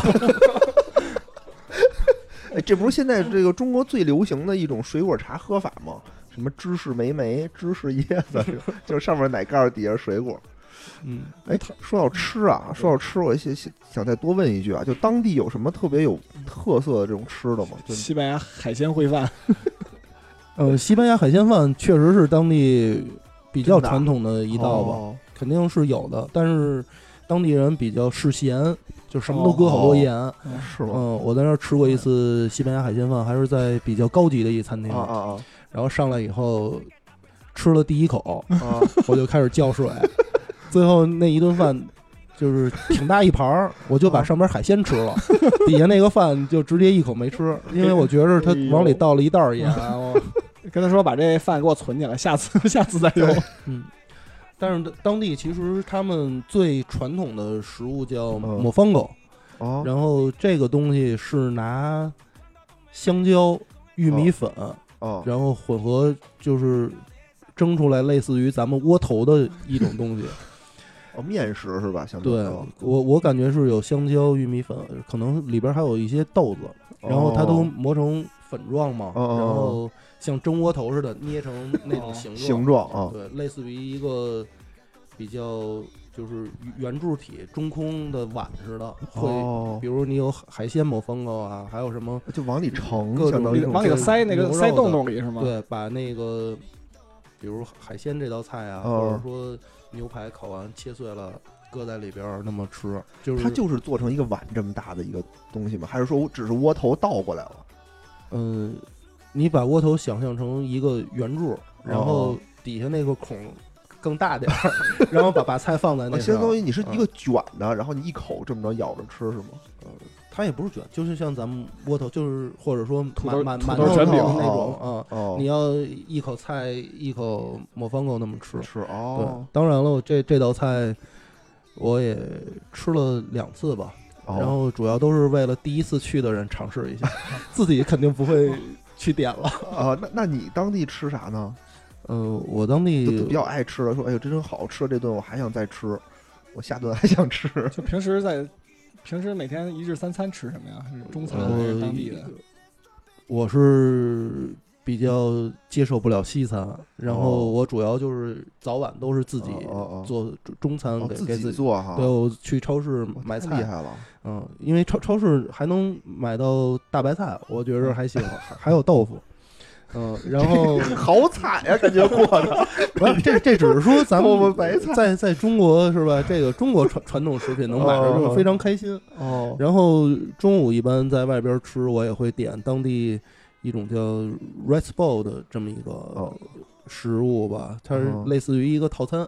哎，这不是现在这个中国最流行的一种水果茶喝法吗？什么芝士莓莓、芝士椰子，就是上面奶盖，底下水果。 嗯， 哎，说到吃啊，说到吃，我想想再多问一句啊，就当地有什么特别有特色的这种吃的吗？就西班牙海鲜烩饭。 呃，西班牙海鲜饭确实是当地比较传统的一道吧， 哦、 肯定是有的。但是当地人比较嗜咸，就什么都搁好多盐。 哦、是吗？ 嗯，我在那儿吃过一次西班牙海鲜饭，还是在比较高级的一餐厅。 啊啊啊！ 然后上来以后吃了第一口， 啊、 我就开始叫水。最后那一顿饭就是挺大一盘儿，我就把上边海鲜吃了，底下那个饭就直接一口没吃，因为我觉着他往里倒了一袋盐。我跟他说把这饭给我存起来，下次下次再用。 嗯，但是当地其实他们最传统的食物叫抹方狗， 哦， 然后这个东西是拿香蕉、玉米粉， 哦， 然后混合就是蒸出来，类似于咱们窝头的一种东西。 哦，面食是吧？相对，我我感觉是有香蕉、玉米粉，可能里边还有一些豆子，然后它都磨成粉状嘛， 哦、 然后像蒸窝头似的捏成那种形状， 形状啊， 对，类似于一个比较就是圆柱体中空的碗似的，会、 哦、 比如你有海鲜某风格啊，还有什么就往里盛， 各种往里塞那个塞洞洞里是吗？ 对，把那个比如海鲜这道菜啊， 哦、 或者说牛排烤完切碎了搁在里边那么吃，就是它就是做成一个碗这么大的一个东西吗？还是说只是窝头倒过来了？ 嗯、呃，你把窝头想象成一个圆柱，然后底下那个孔更大点儿，然后把把菜放在那上， 相当于你是一个卷的，嗯、然后你一口这么着咬着吃是吗？ 呃，它也不是卷，就是像咱们窝头，就是或者说土豆馒土豆卷饼那种啊。 哦， 你要一口菜一口抹方狗那么吃吃哦。 对，当然了，这这道菜我也吃了两次吧。 哦、 然后主要都是为了第一次去的人尝试一下，自己肯定不会去点了啊。那那你当地吃啥呢？ 呃，我当地比较爱吃的，说哎呦，这真好吃，这顿我还想再吃，我下顿还想吃。 就平时在平时每天一日三餐吃什么呀？是中餐还是当地的？ 我是比较接受不了西餐，然后我主要就是早晚都是自己做中餐给， 给给自己做哈。 对，我去超市买菜， 厉害了。 嗯，因为超超市还能买到大白菜，我觉得还行，还有豆腐。嗯，然后好惨呀，感觉过的。 不是，这这只是说咱们白菜在在中国是吧？这个中国传传统食品能买着，就是非常开心。 哦。 然后中午一般在外边吃，我也会点当地一种叫 rice bowl 的这么一个食物吧，它是类似于一个套餐。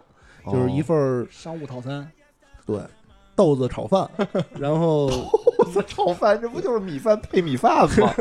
就是一份儿商务套餐， 对豆子炒饭，然后豆子炒饭，这不就是米饭配米饭吗？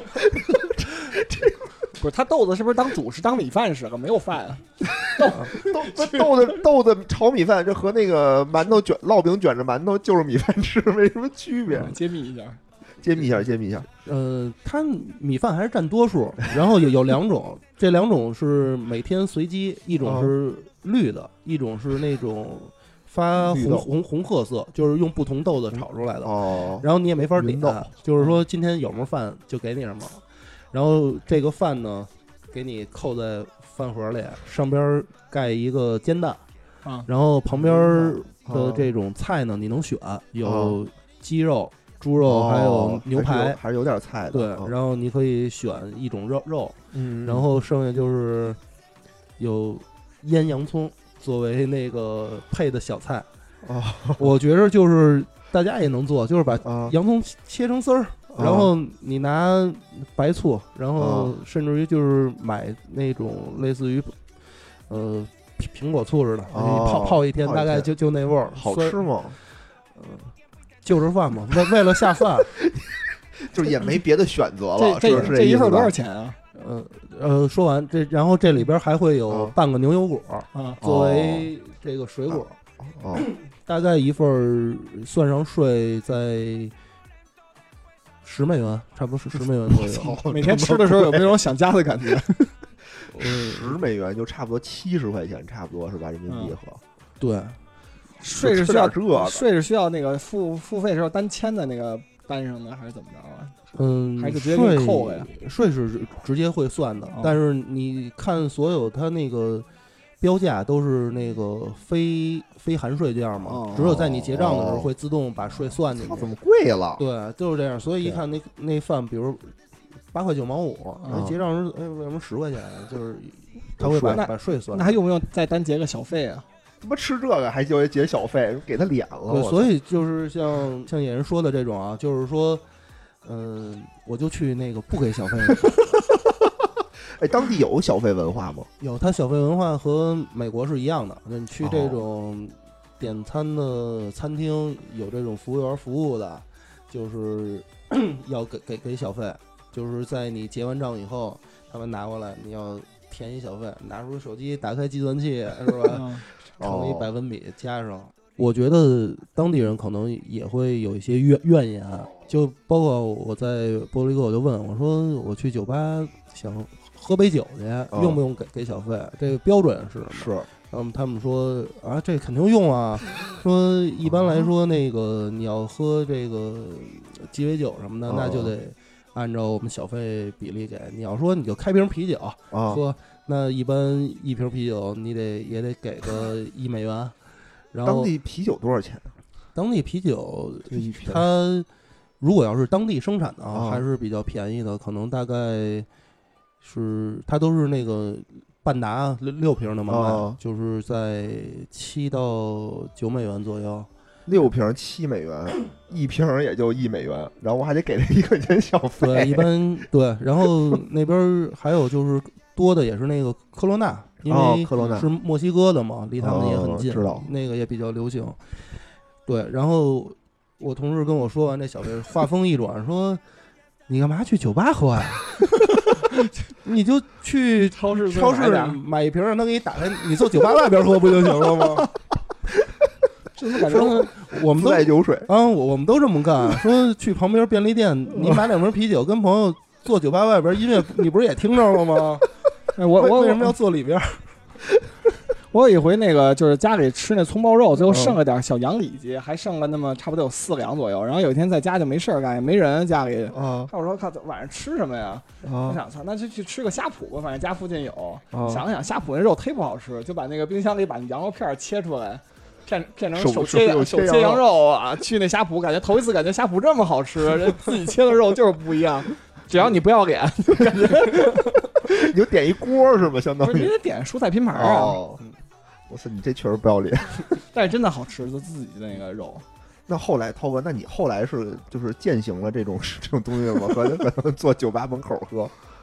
不是他豆子是不是当主食当米饭使？可没有饭啊。 豆豆豆子豆子炒米饭，这和那个馒头卷烙饼卷着馒头就是米饭吃，没什么区别。 揭秘一下， 揭秘一下，揭秘一下。 呃，它米饭还是占多数，然后有有两种，这两种是每天随机，一种是绿的，一种是那种发红红红褐色，就是用不同豆子炒出来的。 哦， 然后你也没法点，就是说今天有什么饭就给你什么。然后这个饭呢，给你扣在饭盒里，上边盖一个煎蛋， 啊， 然后旁边的这种菜呢，你能选，有鸡肉、猪肉，还有牛排， 还是有点菜的。 对，然后你可以选一种肉肉， 嗯， 然后剩下就是有腌洋葱作为那个配的小菜。 哦， 我觉着就是大家也能做，就是把洋葱切成丝儿。然后你拿白醋，然后甚至于就是买那种类似于呃苹果醋似的， 哦、 泡泡一天，大概就就那味儿， 好吃吗？ 嗯、呃，就是饭嘛，为为了下饭， 就是也没别的选择了。 这这这这一份多少钱啊？ 呃呃，说完这，然后这里边还会有半个牛油果啊， 作为这个水果， 哦， 大概一份算上税在。十美元，差不多是十美元左右。 每天吃的时候有没有想家的感觉？ 十美元就差不多七十块钱，差不多是吧？人民币和、 嗯、对， 税是需要这个， 税是需要那个付付费时候单签在那个单上的，还是怎么着啊？ 嗯， 还是直接给你扣了呀？ 税是直接会算的， 哦、 但是你看所有它那个标价都是那个非非含税价嘛， 哦、 只有在你结账的时候会自动把税算进去。 哦、怎么贵了？ 对，就是这样。所以一看那那饭，比如八块九毛五， 哦、 结账时哎为什么十块钱？就是他会把把税算。 那还用不用再单结个小费啊？ 他妈吃这个还就结小费，给他脸了。 对，所以就是像像野人说的这种啊，就是说，嗯、呃，我就去那个不给小费。 哎，当地有小费文化吗？ 有，它小费文化和美国是一样的。那你去这种点餐的餐厅，有这种服务员服务的，就是要给给给小费，就是在你结完账以后，他们拿过来，你要填一小费，拿出手机，打开计算器，是吧？乘一百分比加上。我觉得当地人可能也会有一些怨怨言，就包括我在波利克，我就问我说，我去酒吧想喝杯酒去，用不用给给小费？这个标准是什么？ 是， 嗯，他们说啊，这肯定用啊。说一般来说，那个你要喝这个鸡尾酒什么的，那就得按照我们小费比例给。你要说你就开瓶啤酒喝，那一般一瓶啤酒你得也得给个一美元。然后当地啤酒多少钱？ 当地啤酒它如果要是当地生产的啊，还是比较便宜的，可能大概。是，它都是那个半打六六瓶的嘛、哦，就是在七到九美元左右。 六瓶七美元，一瓶也就一美元，然后我还得给他一块钱小费。 对，一般对。然后那边还有就是多的也是那个科罗娜，因为是墨西哥的嘛，离他们也很近， 哦、知道那个也比较流行。对，然后我同事跟我说完这小费，话锋一转说。你干嘛去酒吧喝呀？你就去超市超市买一瓶，让他给你打开，你坐酒吧外边喝不就行了吗？ 这怎么感觉我们都带酒水啊？我我们都这么干。说去旁边便利店，你买两瓶啤酒，跟朋友坐酒吧外边，音乐你不是也听着了吗？ 哎、我我为什么要坐里边？ 我有一回那个就是家里吃那葱爆肉，最后剩了点小羊里脊，还剩了那么差不多有四个羊左右。然后有一天在家就没事干，也没人家里。啊，我说靠，晚上吃什么呀？啊、我想操，那就去吃个虾脯吧，反正家附近有。啊、想想虾脯那肉忒不好吃，就把那个冰箱里把羊肉片切出来，片片成手切手手切羊肉啊。去那虾脯，感觉头一次感觉虾脯这么好吃，人自己切的肉就是不一样。只要你不要脸，就感觉你就点一锅是吧？相当于你得点蔬菜拼盘啊。 哦我操，你这确实不要脸， 但是真的好吃，就自己的那个肉。 那后来涛哥，那你后来是就是践行了这种这种东西吗？和可能坐酒吧门口喝？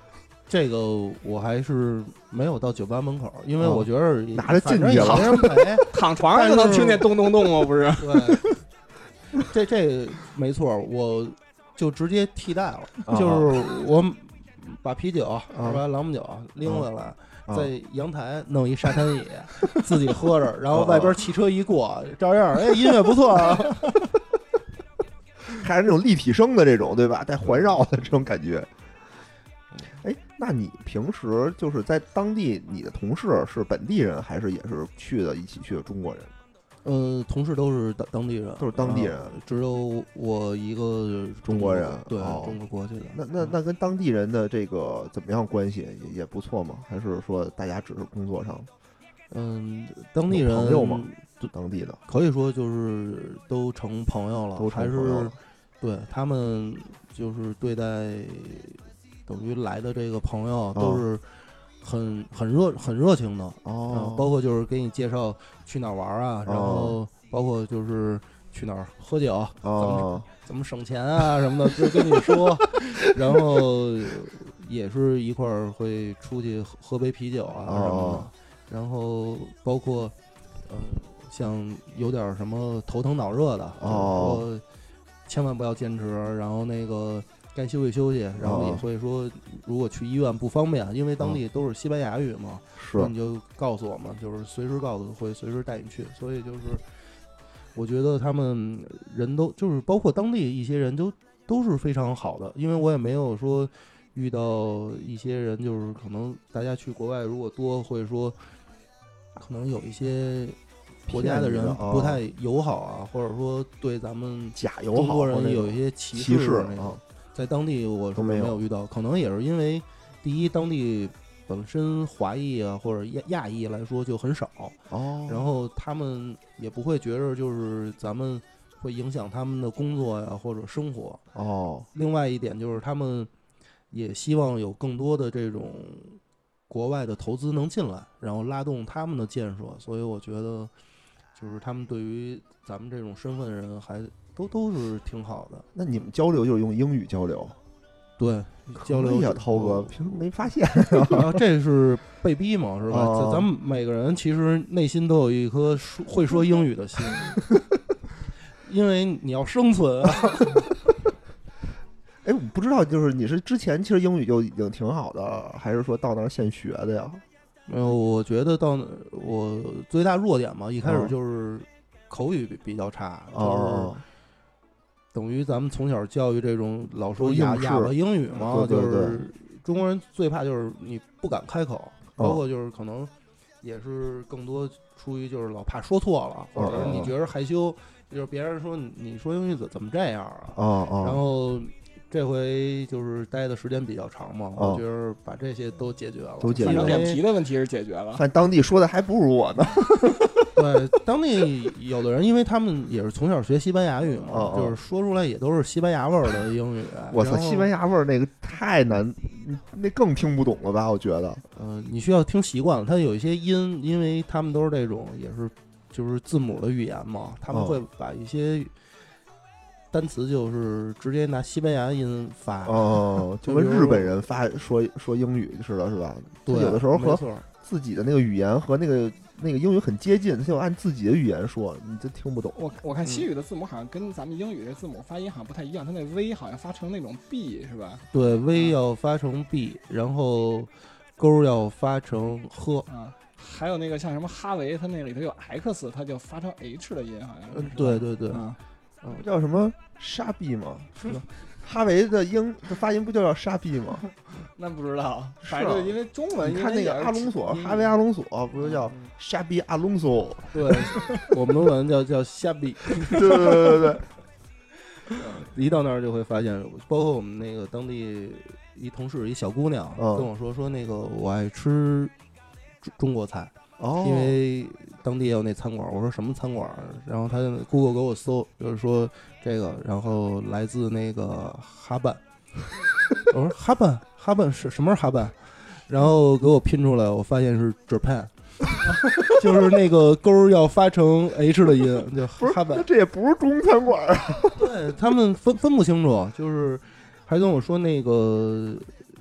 这个我还是没有到酒吧门口，因为哦我觉得拿着进去了反正也没人陪， 躺床上就能听见咚咚咚吗？不是？ 对，这这没错，我就直接替代了， 啊就是我把啤酒啊把朗姆酒拎回来。 啊在阳台弄一沙滩椅，自己喝着，然后外边汽车一过，照样哎音乐不错啊， 还是那种立体声的这种，对吧？带环绕的这种感觉。哎，那你平时就是在当地，你的同事是本地人，还是也是去的一起去的中国人？ 呃，同事都是当当地人， 都是当地人啊只有我一个中国人对， 哦中国过去的。 那那那跟当地人的这个怎么样关系也也不错吗？还是说大家只是工作上嗯，当地人有朋友吗？当地的可以说就是都成朋友了， 都成还是朋友了对他们就是对待等于来的这个朋友都是很很热很热情的哦嗯，包括就是给你介绍去哪儿玩啊，然后包括就是去哪儿喝酒，怎么哦怎么省钱啊什么的，就跟你说，然后也是一块儿会出去喝喝杯啤酒啊什么的，然后包括嗯、呃、像有点什么头疼脑热的， 哦就是说千万不要坚持，然后那个该休息休息，然后也会说如果去医院不方便，因为当地都是西班牙语嘛， 是那你就告诉我们，就是随时告诉会随时带你去，所以就是我觉得他们人都就是包括当地一些人都都是非常好的，因为我也没有说遇到一些人就是可能大家去国外如果多会说可能有一些国家的人不太友好啊，或者说对咱们假友好中国人有一些歧歧视那种啊， 在当地我是没有遇到，可能也是因为第一当地本身华裔啊或者亚亚裔来说就很少哦， 然后他们也不会觉着就是咱们会影响他们的工作呀或者生活哦。 另外一点就是他们也希望有更多的这种国外的投资能进来，然后拉动他们的建设，所以我觉得就是他们对于咱们这种身份的人还都都是挺好的。 那你们交流就是用英语交流？ 对，交流呀，涛哥平时没发现啊，这是被逼嘛，是吧？ 哦、 咱们每个人其实内心都有一颗说会说英语的心，因为你要生存啊。 哎，我不知道，就是你是之前其实英语就已经挺好的，还是说到那儿现学的呀？ 没有，我觉得到我最大弱点嘛，一开始就是口语比比较差， 哦、 就是等于咱们从小教育这种老说哑哑巴英语嘛， 对对对， 就是中国人最怕就是你不敢开口，包括就是可能也是更多出于就是老怕说错了，或者你觉得害羞，就是别人说你你说英语怎怎么这样啊？ 哦哦， 然后。这回就是待的时间比较长嘛， 哦、 我觉得把这些都解决了， 都解决了， 脸皮的问题是解决了。 但当地说的还不如我呢。 对，当地有的人，因为他们也是从小学西班牙语嘛， 哦哦就是说出来也都是西班牙味儿的英语。 我操，西班牙味儿那个太难，那更听不懂了吧？我觉得。 嗯、呃，你需要听习惯了，它有一些音，因为他们都是这种也是就是字母的语言嘛，他们会把一些。单词就是直接拿西班牙音发哦，就跟日本人发说说英语似的，是吧？ 对， 有的时候和自己的那个语言和那个那个英语很接近，他就按自己的语言说，你就听不懂。 我我看西语的字母好像跟咱们英语的字母发音好像不太一样，它那 V 好像发成那种 B 是吧？ 对 ，V 要发成 B， 然后勾要发成呵啊。还有那个像什么哈维，它那里头有 X， 它就发成 H 的音，好像是。 对对对。 嗯嗯，叫什么沙币吗？是吧？哈维的英的发音不就叫沙币吗？ 那不知道，反正因为中文， 你看那个阿隆索，哈维阿隆索不是叫沙比阿隆索？ 对，我们中文叫叫沙比。 对对对对对。 一到那儿就会发现，包括我们那个当地一同事一小姑娘、嗯、跟我说说那个我爱吃中国菜。 哦， 因为当地也有那餐馆，我说什么餐馆？然后他 Google 给我搜，就是说这个，然后来自那个哈办。我说哈办，哈办是什么是哈办？然后给我拼出来，我发现是 Japan， 就是那个勾要发成 H 的音，就哈办。 这也不是中餐馆啊。 对他们分分不清楚，就是还跟我说那个。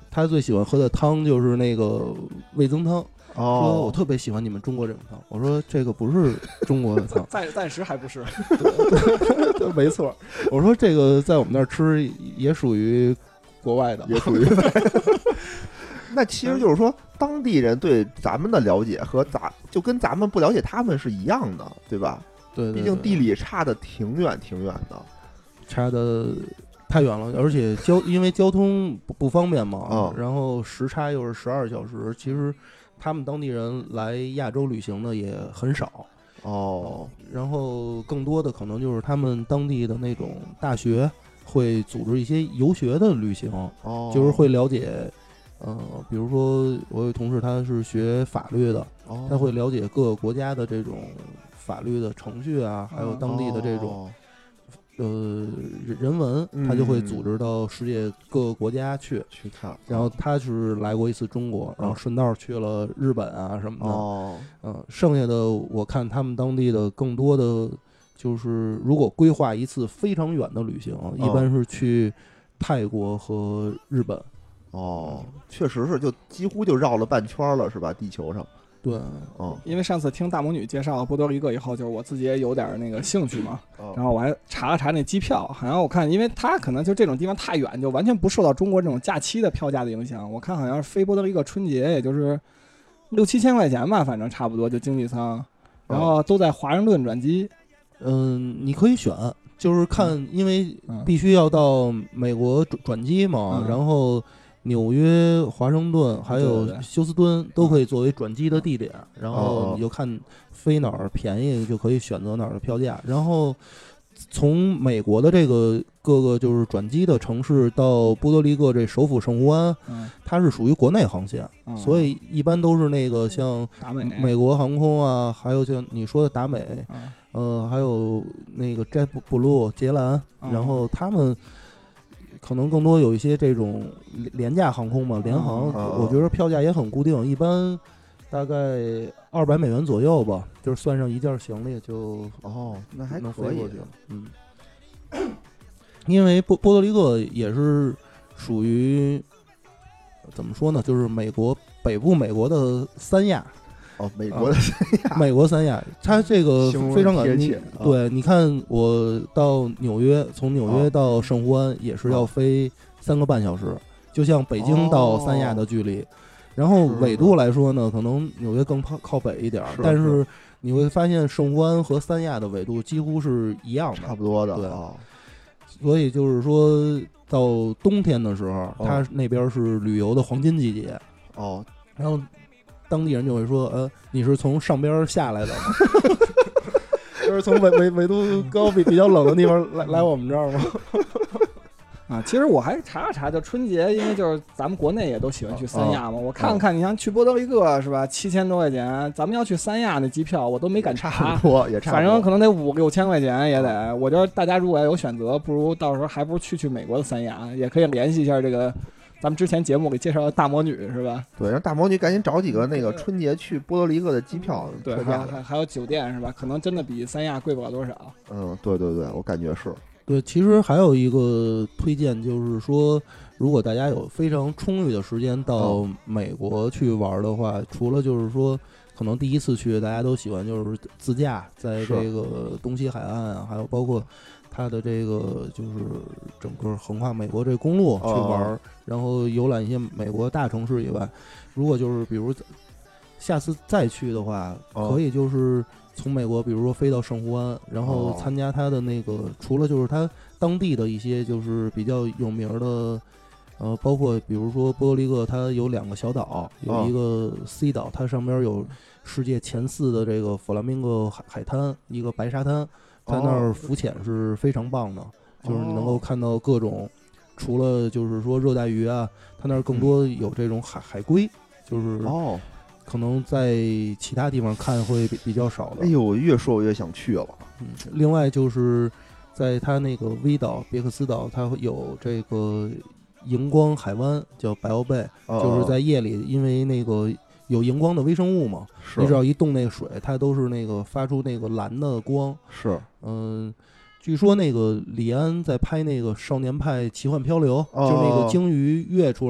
他最喜欢喝的汤就是那个味增汤。说我哦， 特别喜欢你们中国这种汤，我说这个不是中国的汤， 暂暂时还不是。 对，没错。我说这个在我们那儿吃也属于国外的， 也属于。那其实就是说，当地人对咱们的了解和咱就跟咱们不了解他们是一样的，对吧？ 对，对对， 毕竟地理差的挺远挺远的。 差的太远了，而且交因为交通不不方便嘛， 哦然后时差又是十二小时，其实他们当地人来亚洲旅行的也很少。 哦， 然后更多的可能就是他们当地的那种大学会组织一些游学的旅行， 哦， 就是会了解，呃，比如说我有同事他是学法律的， 哦， 他会了解各个国家的这种法律的程序啊，还有当地的这种、 哦呃人文，他就会组织到世界各个国家去。 去看， 然后他是来过一次中国，然后顺道去了日本啊什么的。 哦， 嗯，剩下的我看他们当地的更多的就是，如果规划一次非常远的旅行，一般是去泰国和日本。 哦，确实是，就几乎就绕了半圈了，是吧？地球上， 对， 嗯， 因为上次听大魔女介绍波多黎各以后，就是我自己也有点那个兴趣嘛， 哦然后我还查了查那机票，好像我看，因为它可能就这种地方太远，就完全不受到中国这种假期的票价的影响。我看好像是飞波多黎各春节，也就是六七千块钱吧，反正差不多就经济舱，然后都在华盛顿转机。 嗯，你可以选，就是看，因为嗯必须要到美国转转机嘛， 嗯然后纽约、华盛顿还有对对对休斯敦都可以作为转机的地点，然后哦你就看飞哪儿便宜，就可以选择哪儿的票价。然后从美国的这个各个就是转机的城市到波多黎各这首府圣胡安， 嗯， 它是属于国内航线， 嗯所以一般都是那个像达美美国航空啊，还有像你说的达美， 嗯呃，还有那个 JetBlue 捷兰， 嗯然后他们可能更多有一些这种廉廉价航空嘛，联航， 嗯我觉得票价也很固定，一般大概二百美元左右吧，就是算上一件行李就哦，那还可以能飞过去。嗯，因为波波多黎各也是属于怎么说呢，就是美国北部美国的三亚。 哦，美国的美国三亚，它这个形容非常感你贴切啊对，你看我到纽约，从纽约哦到圣胡安也是要飞三个半小时，就像北京到三亚的距离。然后纬度来说呢，可能纽约更靠靠北一点， 是但是你会发现圣胡安和三亚的纬度几乎是一样的， 差不多的， 对啊， 所以就是说到冬天的时候， 哦它那边是旅游的黄金季节。 哦， 然后当地人就会说：“呃，你是从上边下来的吗？就是从纬纬纬度高比比较冷的地方来来我们这儿吗啊，其实我还查了查，就春节，因为就是咱们国内也都喜欢去三亚嘛， 哦我看了看，你像去波多黎各是吧，七千多块钱，咱们要去三亚那机票我都没敢差查不，多也差不多， 反正可能得五六千块钱也得。我觉得大家如果要有选择，不如到时候还不如去去美国的三亚，也可以联系一下这个咱们之前节目给介绍的大魔女是吧？ 对，让大魔女赶紧找几个那个春节去波多黎各的机票对， 特价的。 还有还还有酒店是吧？可能真的比三亚贵不了多少。 嗯，对对对，我感觉是。 对，其实还有一个推荐，就是说，如果大家有非常充裕的时间到美国去玩的话，除了就是说，可能第一次去大家都喜欢就是自驾，在这个东西海岸啊，还有包括它的这个就是整个横跨美国这公路去玩， 哦然后游览一些美国大城市以外，如果就是比如下次再去的话， 哦可以就是从美国，比如说飞到圣胡安，然后哦参加它的那个，除了就是它当地的一些就是比较有名的，呃，包括比如说波多黎各，它有两个小岛，有一个 C 岛，它上边有世界前四的这个弗拉明戈海海滩，一个白沙滩，在那儿浮潜是非常棒的，就是你能够看到各种，除了就是说热带鱼啊，它那儿更多有这种海海龟，就是哦， 可能在其他地方看会比比较少的。 哎呦，越说我越想去了。 嗯，另外就是在它那个微岛别克斯岛，它会有这个荧光海湾，叫白奥贝， 哦就是在夜里，因为那个有荧光的微生物嘛， 是你只要一动那个水，它都是那个发出那个蓝的光。 是， 嗯，据说那个李安在拍那个《少年派奇幻漂流》， 哦就是那个鲸鱼跃出来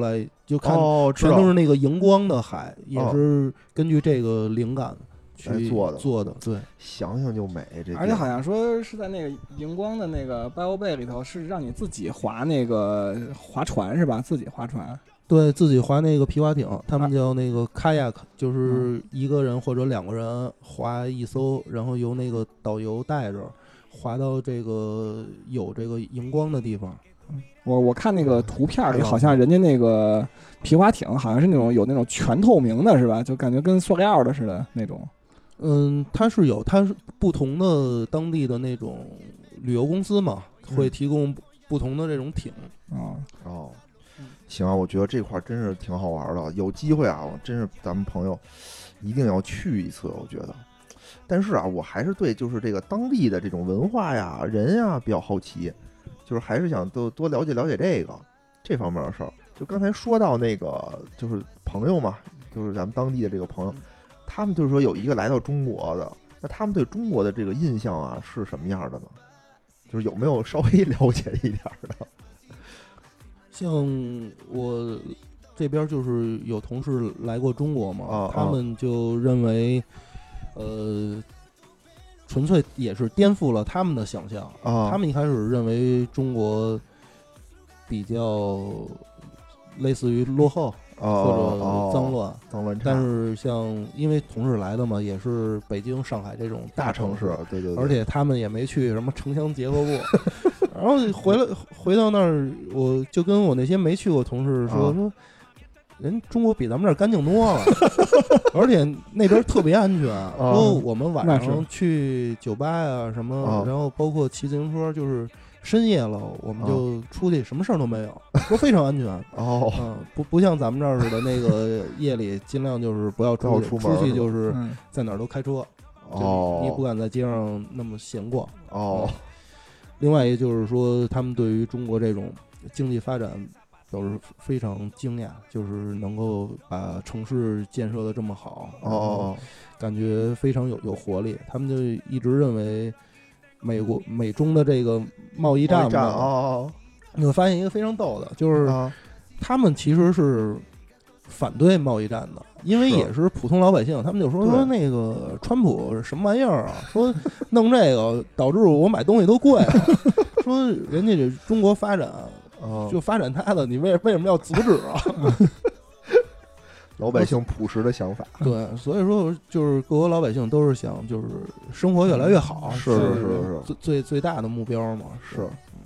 就看哦，知道全都是那个荧光的海，也哦是根据这个灵感去来做的做的。对， 想想就美，这而且好像说是在那个荧光的那个 Bio Bay 里头，是让你自己划那个划船是吧？自己划船。 对自己划那个皮划艇，他们叫那个 kayak， 就是一个人或者两个人划一艘，然后由那个导游带着划到这个有这个荧光的地方。 我我看那个图片里，好像人家那个皮划艇好像是那种有那种全透明的，是吧？就感觉跟塑料的似的那种。 嗯，它是有，它是不同的当地的那种旅游公司嘛，会提供不同的这种艇。 哦哦，行啊，我觉得这块真是挺好玩的，有机会啊，我真是咱们朋友一定要去一次，我觉得。但是啊，我还是对就是这个当地的这种文化呀、人呀比较好奇，就是还是想多多了解了解这个这方面的事儿。就刚才说到那个，就是朋友嘛，就是咱们当地的这个朋友，他们就是说有一个来到中国的，那他们对中国的这个印象啊是什么样的呢？就是有没有稍微了解一点的？ 像我这边就是有同事来过中国嘛， 哦、 他们就认为，呃，纯粹也是颠覆了他们的想象。 哦、 他们一开始认为中国比较类似于落后、 哦、 或者脏乱、 哦、脏乱差。 但是像因为同事来的嘛，也是北京、上海这种大城市，对对对， 而且他们也没去什么城乡结合部。然后回来回到那儿，我就跟我那些没去过同事说、啊、说，人中国比咱们这儿干净多了，而且那边特别安全。啊、说我们晚上去酒吧啊什么， 啊、 然后包括骑自行车，就是深夜了我们就出去，什么事儿都没有，说非常安全。 哦， 嗯，不不像咱们这儿似的，那个夜里尽量就是不要出去， 出门出去就是在哪儿都开车。 哦， 你不敢在街上那么闲逛。 哦。 嗯，另外，也就是说，他们对于中国这种经济发展都是非常惊讶，就是能够把城市建设的这么好， 哦， 感觉非常有有活力。他们就一直认为美国美中的这个贸易战嘛， 哦， 你会发现一个非常逗的，就是他们其实是反对贸易战的，因为也是普通老百姓，他们就说说那个川普什么玩意儿啊，说弄这个导致我买东西都贵，说人家这中国发展就发展他的，你为为什么要阻止啊？ 老百姓朴实的想法， 对，所以说就是各国老百姓都是想就是生活越来越好， 是是是最最最大的目标嘛。 是，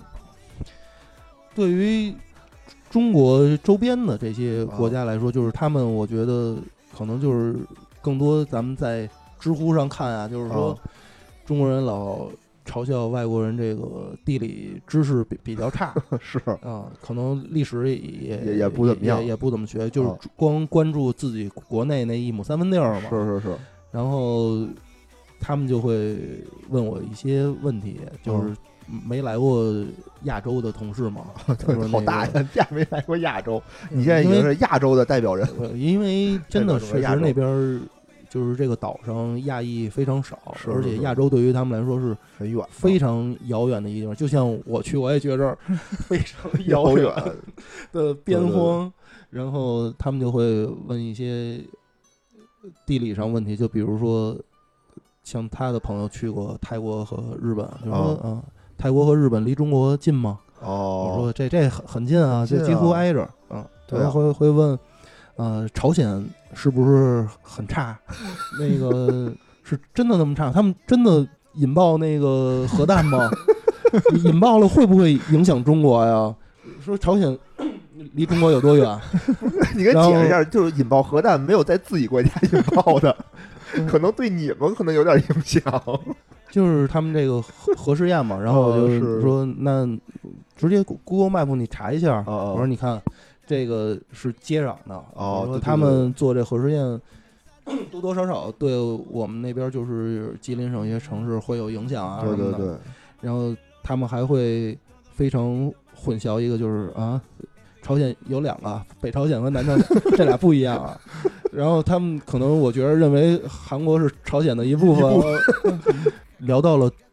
对于中国周边的这些国家来说，就是他们，我觉得可能就是更多咱们在知乎上看啊，就是说中国人老嘲笑外国人这个地理知识比比较差， 是啊，可能历史也也也不怎么样， 也也不怎么学，就是光关注自己国内那一亩三分地儿嘛。 是是是。然后他们就会问我一些问题，就是没来过亚洲的同事嘛， 对，好大呀，亚没来过亚洲，你现在已经是亚洲的代表人， 因为真的确实那边。就是这个岛上亚裔非常少， 是是是， 而且亚洲对于他们来说是很远， 非常遥远的一个地方。就像我去，我也觉着非常遥远的边荒，然后他们就会问一些地理上问题，就比如说，像他的朋友去过泰国和日本，就说啊，泰国和日本离中国近吗？ 哦， 我说这这很很近啊，就几乎挨着啊。然后会会问。呃，朝鲜是不是很差？那个是真的那么差？他们真的引爆那个核弹吗？引爆了会不会影响中国呀？说朝鲜离中国有多远？ 你给解释一下，就是引爆核弹没有在自己国家引爆的，可能对你们可能有点影响。 就是他们这个核核试验嘛，然后我就说，哦、那直接 Google Map 你查一下， 哦、 我说你看。这个是接壤的， 哦， 说他们做这核试验多多少少对我们那边就是吉林省一些城市会有影响啊， 对对对。 然后他们还会非常混淆一个，就是啊，朝鲜有两个，北朝鲜和南朝鲜这俩不一样啊。然后他们可能我觉得认为韩国是朝鲜的一部分。聊到了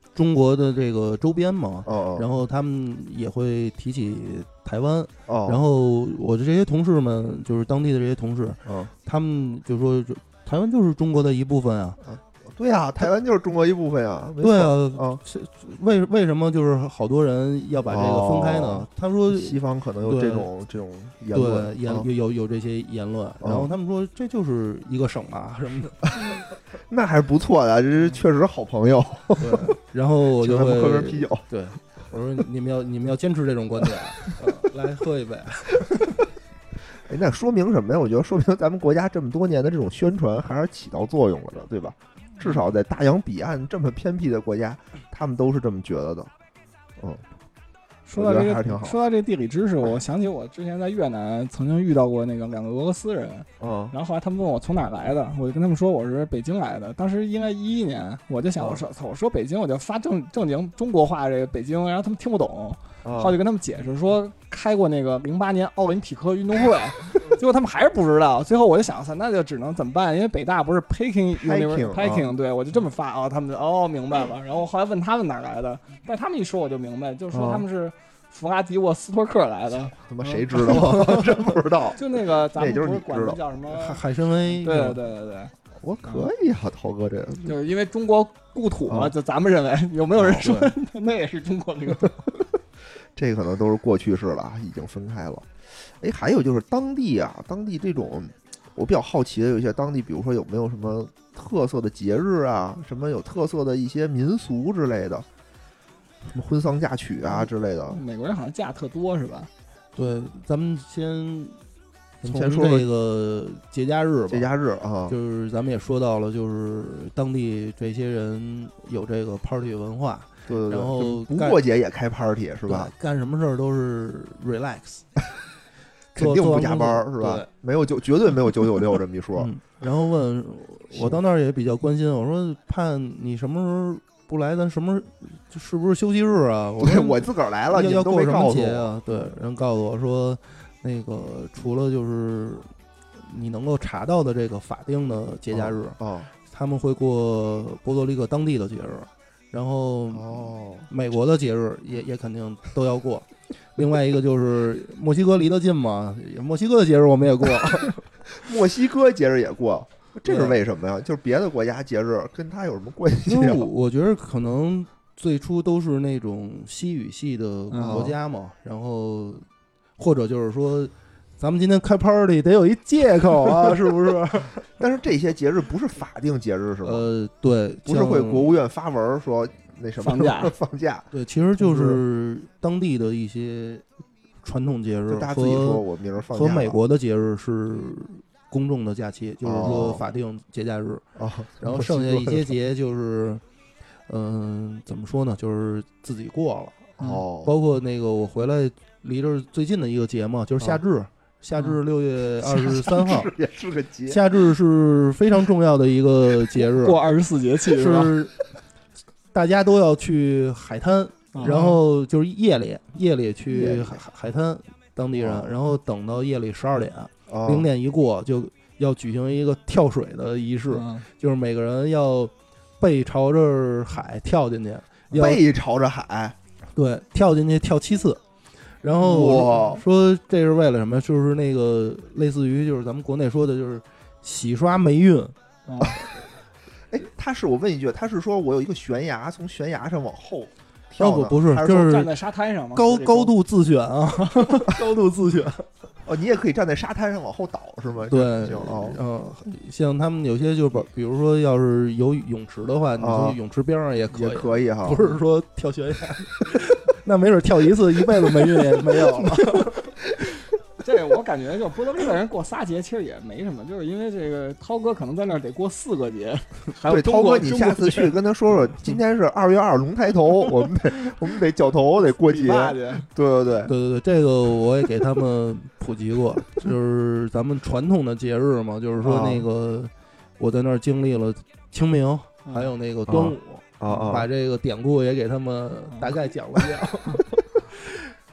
中国的这个周边嘛， 哦， 然后他们也会提起台湾， 哦， 然后我的这些同事们，就是当地的这些同事， 嗯， 他们就说台湾就是中国的一部分啊。 对呀，台湾就是中国一部分呀。 对啊， 啊， 为为什么就是好多人要把这个分开呢？ 哦、 他说西方可能有这种这种言论， 对言、 啊、 有有有这些言论，然后他们说这就是一个省啊什么的， 那还是不错的，这是确实好朋友。 对，然后我就会喝瓶啤酒， 对，我说你们要你们要坚持这种观点，呃、来喝一杯。 哎，那说明什么呀？我觉得说明咱们国家这么多年的这种宣传还是起到作用了的，对吧？至少在大洋彼岸这么偏僻的国家，他们都是这么觉得的。嗯， 说到这个， 还是挺好。 说到这地理知识，我想起我之前在越南曾经遇到过那个两个俄罗斯人， 嗯， 然后后来他们问我从哪儿来的，我就跟他们说我是北京来的。当时应该一一年，我就想我说操，我说北京，我就发正正经中国话这个北京，然后他们听不懂， 嗯、 后来就跟他们解释说开过那个零八年奥林匹克运动会。结果他们还是不知道，最后我就想，那就只能怎么办？因为北大不是 Peking University Peking， 对我就这么发啊，他们就哦明白了。然后后来问他们哪儿来的，但他们一说我就明白，就是说他们是弗拉迪沃斯托克来的。 他妈谁知道啊？真不知道。 就那个咱们不是管它叫什么海海参崴？ 对对对对， 我可以啊，涛哥这个就是因为中国故土嘛，就咱们认为有没有人说那也是中国领土？ 这可能都是过去式了，已经分开了。哎，还有就是当地啊，当地这种我比较好奇的，有一些当地，比如说有没有什么特色的节日啊，什么有特色的一些民俗之类的，什么婚丧嫁娶啊之类的。 美国人好像嫁特多是吧？ 对，咱们先先说这个节假日吧。 节假日啊， 就是咱们也说到了，就是当地这些人有这个 party 文化。 对对对， 然后不过节也开 party 是吧？ 干什么事儿都是 relax。 肯定不加班是吧？没有九，绝对没有九九六这么一说。 嗯、然后问我到那儿也比较关心，我说盼你什么时候不来，咱什么时候是不是休息日啊？我说我自个儿来了， 要要过什么节啊？ 对，人告诉我说，那个除了就是你能够查到的这个法定的节假日， 哦哦、 他们会过波多黎各当地的节日，然后哦， 美国的节日也也肯定都要过。另外一个就是墨西哥离得近嘛，墨西哥的节日我们也过， 墨西哥节日也过，这是为什么呀？就是别的国家节日跟他有什么关系？ 因为我我觉得可能最初都是那种西语系的国家嘛，哦、然后或者就是说，咱们今天开 party 得有一借口啊，是不是？ 但是这些节日不是法定节日是吗？ 呃，对， 不是会国务院发文说。那什么放假放假， 对，其实就是当地的一些传统节日， 大家自己说我明儿放假， 和美国的节日是公众的假期，就是说法定节假日。 哦， 然后剩下一些节就是，嗯、呃，怎么说呢，就是自己过了。 哦， 包括那个我回来离这最近的一个节嘛，就是夏至。哦夏至六月二十三号也是个节， 夏至是非常重要的一个节日， 过二十四节气是吧？大家都要去海滩， 哦、 然后就是夜里夜里去海海滩，当地人，哦、然后等到夜里十二点， 哦、 零点一过就要举行一个跳水的仪式， 嗯、 就是每个人要背朝着海跳进去， 背朝着海， 对，跳进去跳七次。然后说这是为了什么？就是那个类似于就是咱们国内说的，就是洗刷霉运。 哦哎，他是我问一句，他是说我有一个悬崖，从悬崖上往后跳呢？哦，不不是， 还就是站在沙滩上吗？ 高高度自选啊，高度自选。 哦，你也可以站在沙滩上往后倒是吗？ 对， 哦， 嗯，像他们有些就是比如说要是有泳池的话，你从泳池边上也可以， 也可以哈， 不是说跳悬崖。那没准跳一次，一辈子霉运也没有了。 这我感觉就波多黎各人过仨节其实也没什么，就是因为这个涛哥可能在那儿得过四个节。还有对，涛哥，你下次去跟他说说，今天是二月二龙抬头，我们得我们得绞头，得过节。对对对对对对，这个我也给他们普及过，就是咱们传统的节日嘛，就是说那个我在那儿经历了清明，还有那个端午。 啊啊！ 把这个典故也给他们大概讲了讲，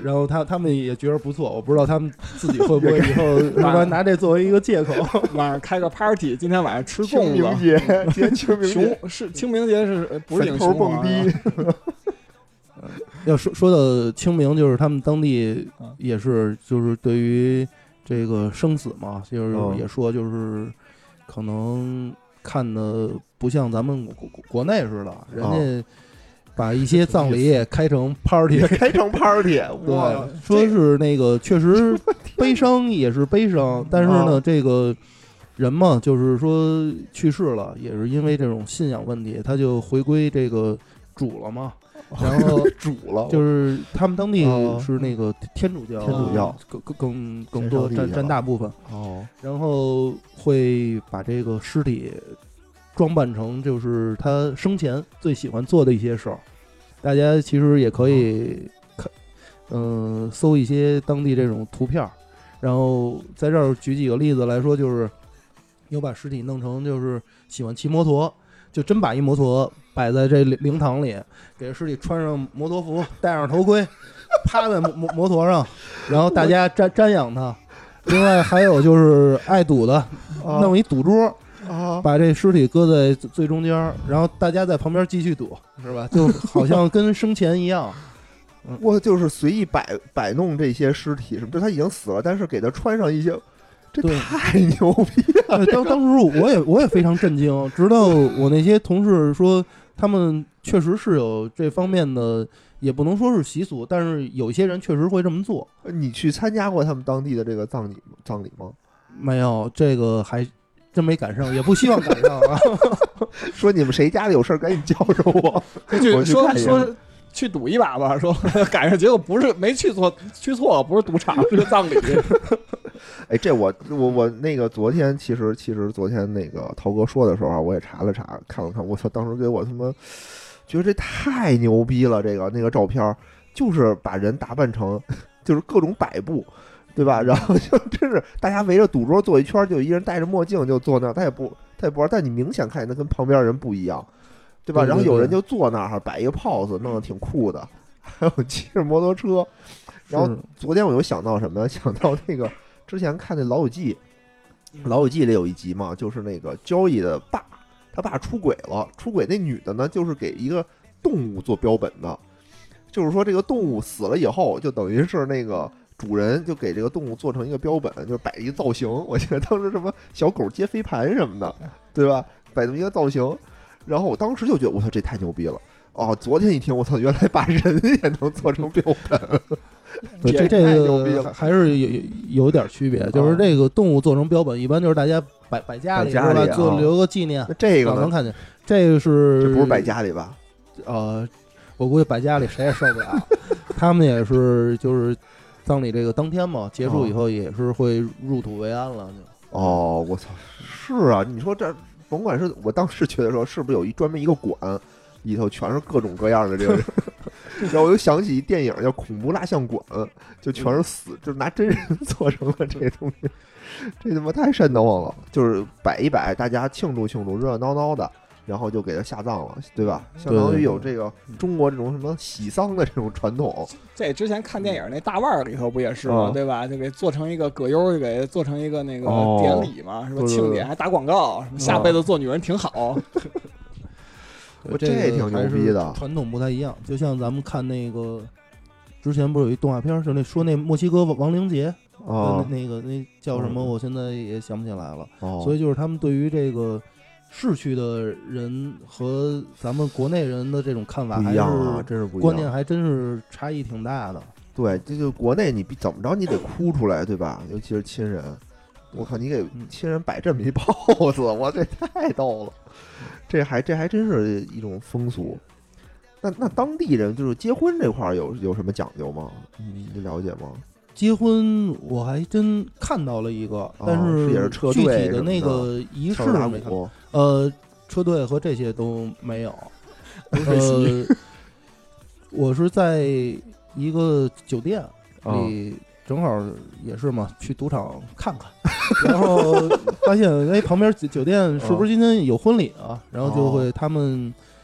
然后他他们也觉得不错，我不知道他们自己会不会以后是吧拿这作为一个借口， 晚上开个 party， 今天晚上吃清粽子。 明节，今天清明节， 熊是清明节是不是坟头蹦迪？ 要说说到清明，就是他们当地嗯也是，就是对于这个生死嘛，就是嗯也说就是可能看的不像咱们国国国内似的，人家把一些葬礼也开成 party， 开成 party， 哇对，说是那个确实悲伤也是悲伤，但是呢，这个人嘛，就是说去世了，也是因为这种信仰问题，他就回归这个主了嘛。然后煮了， 就是他们当地哦是那个天主教， 天主教更更更更多占天上地下占大部分， 哦， 然后会把这个尸体装扮成就是他生前最喜欢做的一些事儿。大家其实也可以看，嗯、呃，搜一些当地这种图片，然后在这儿举几个例子来说，就是有把尸体弄成就是喜欢骑摩托，就真把一摩托摆在这灵堂里，给尸体穿上摩托服，戴上头盔，趴在摩摩摩托上，然后大家瞻瞻仰他。另外还有就是爱赌的，弄一赌桌， 啊， 把这尸体搁在最中间，然后大家在旁边继续赌，是吧？就好像跟生前一样。 我就是随意摆摆弄这些尸体，什么，就他已经死了，但是给他穿上一些，这对太牛逼了。 当当时我也我也非常震惊，直到我那些同事说他们确实是有这方面的，也不能说是习俗，但是有一些人确实会这么做。 你去参加过他们当地的这个葬礼葬礼吗？ 没有，这个还真没赶上，也不希望赶上啊。 说你们谁家里有事儿，赶紧叫着我。 就我去说看一眼说去赌一把吧，说赶上，结果不是没去错，去错了，不是赌场，是个葬礼。 哎，这我我我那个昨天其实其实昨天那个涛哥说的时候啊，我也查了查，看了看，我操，当时给我他妈觉得这太牛逼了，这个那个照片就是把人打扮成就是各种摆布。对吧？然后就真是大家围着赌桌坐一圈，就一人戴着墨镜就坐那儿，他也不他也不玩，但你明显看见他跟旁边人不一样，对吧？ 对对对， 然后有人就坐那儿摆一个 pose，弄得挺酷的，还有骑着摩托车。然后昨天我又想到什么？想到那个之前看那《老友记》，《老友记》里有一集嘛，就是那个交易的爸，他爸出轨了，出轨那女的呢，就是给一个动物做标本的，就是说这个动物死了以后，就等于是那个。主人就给这个动物做成一个标本，就是摆一个造型。我记得当时什么小狗接飞盘什么的，对吧？摆这么一个造型，然后我当时就觉得，我操，这太牛逼了！哦，昨天一听，我操，原来把人也能做成标本， 这这太牛逼个了还是有有点区别，就是这个动物做成标本，一般就是大家摆摆家里， 摆家里是吧？做啊留个纪念。 那这个呢？ 能看见，这个是这不是摆家里吧？ 呃，我估计摆家里谁也受不了。他们也是就是葬礼这个当天嘛，结束以后也是会入土为安了。就哦，我操，是啊，你说这甭管是我当时觉得说，是不是有一专门一个馆，里头全是各种各样的这个人，然后我又想起一电影叫《恐怖蜡像馆》，就全是死，就是拿真人做成了这东西，这他妈太瘆得慌了。就是摆一摆，大家庆祝庆祝，热热闹闹的。然后就给他下葬了，对吧？相当于有这个中国这种什么喜丧的这种传统。 这之前看电影那大腕儿里头不也是吗？ 嗯、 对吧？就给做成一个葛优，就给做成一个那个典礼嘛，是吧？ 对对对庆典还打广告，什么下辈子做女人挺好。 我这挺牛逼的， 传统不太一样。就像咱们看那个之前不是有一动画片，就那说那墨西哥亡灵节啊， 那那个那叫什么？我现在也想不起来了。 哦、 所以就是他们对于这个。逝去的人和咱们国内人的这种看法不一样啊，真是不一样， 观念还真是差异挺大的。 对，这就国内你怎么着你得哭出来，对吧？尤其是亲人，我靠，你给亲人摆这么一 pose，我这太逗了。这还这还真是一种风俗。那那当地人就是结婚这块有有什么讲究吗？你你了解吗？ 结婚我还真看到了一个， 哦、 但是也是车队具体的那个仪式没看到。呃，车队和这些都没有。呃，我是在一个酒店里，正好也是嘛，去赌场看看，然后发现哎，旁边酒店是不是今天有婚礼啊？然后就会他们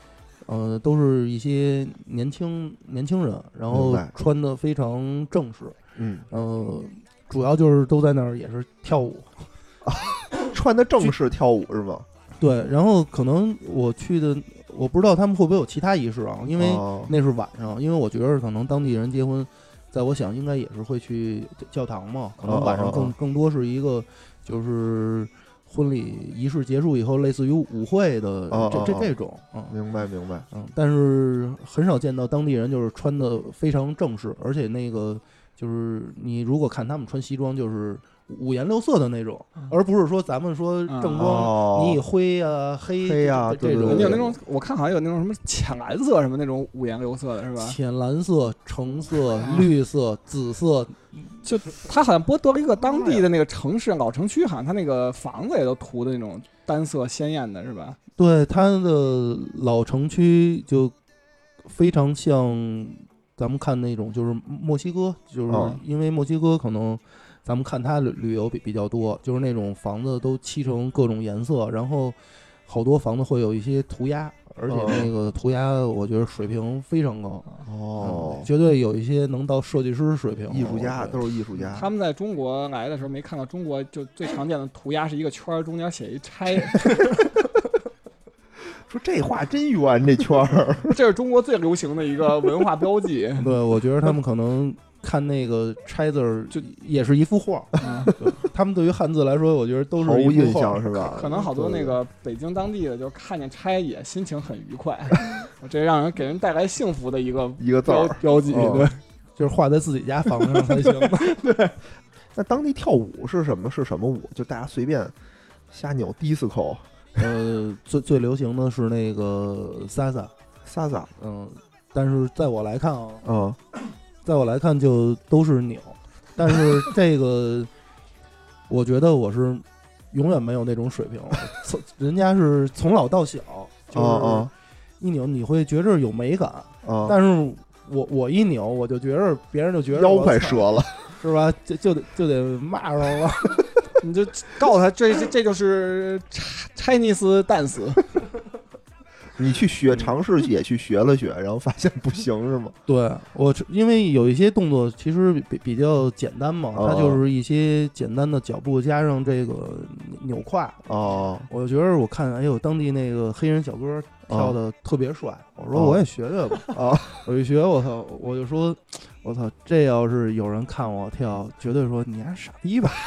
呃，都是一些年轻年轻人，然后穿的非常正式， 嗯， 呃，主要就是都在那儿也是跳舞， 穿的正式跳舞是吗？ 对，然后可能我去的，我不知道他们会不会有其他仪式啊，因为哦那是晚上，因为我觉得可能当地人结婚，在我想应该也是会去教堂嘛，可能晚上更哦哦哦更多是一个就是婚礼仪式结束以后，类似于舞会的哦哦哦这这这种，嗯， 明白明白， 嗯，但是很少见到当地人就是穿的非常正式，而且那个就是你如果看他们穿西装，就是五颜六色的那种，而不是说咱们说正装， 哦你以灰啊、黑黑啊这种， 对对对有那种我看好像有那种什么浅蓝色什么那种五颜六色的是吧？ 浅蓝色、橙色、绿色、紫色， 就他好像波多黎各当地的那个城市老城区，好像他那个房子也都涂的那种单色鲜艳的是吧？ 对，它的老城区就非常像咱们看那种就是墨西哥，就是哦因为墨西哥可能咱们看它旅旅游比比较多，就是那种房子都漆成各种颜色，然后好多房子会有一些涂鸦，而且那个涂鸦我觉得水平非常高， 哦嗯，绝对有一些能到设计师水平， 艺术家对都是艺术家， 他们在中国来的时候没看到中国就最常见的涂鸦是一个圈儿，中间写一拆， 说这话真圆，这圈儿这是中国最流行的一个文化标记。 对，我觉得他们可能看那个拆字儿就也是一幅画， 嗯对他们对于汉字来说，我觉得都是毫无印一幅画象是吧？ 可能好多那个北京当地的就看见拆也心情很愉快，这让人给人带来幸福的一个一个字儿。 标标记。 哦对， 就是画在自己家房子上才行。 那当地跳舞是什么？是什么舞？就大家随便瞎扭 disco、 呃，最最流行的是那个 salsa， salsa， 嗯，但是在我来看啊， 嗯， 在我来看就都是扭，但是这个我觉得我是永远没有那种水平了，从人家是从老到小，就是哦一扭你会觉着有美感， 哦哦， 但是我我一扭我就觉着别人就觉得腰我操快折了， 是吧？就就得就得骂上了。 你就告诉他这这这就是 Chinese dance。 你去学尝试也去学了学，然后发现不行是吗？ 对我，因为有一些动作其实比比较简单嘛， 哦它就是一些简单的脚步加上这个扭胯。 哦， 我觉得我看，哎呦，当地那个黑人小哥跳的特别帅，我说哦我也学学吧。 哦， 我一学，我操，我就说，我操，这要是有人看我跳，绝对说你还傻逼吧。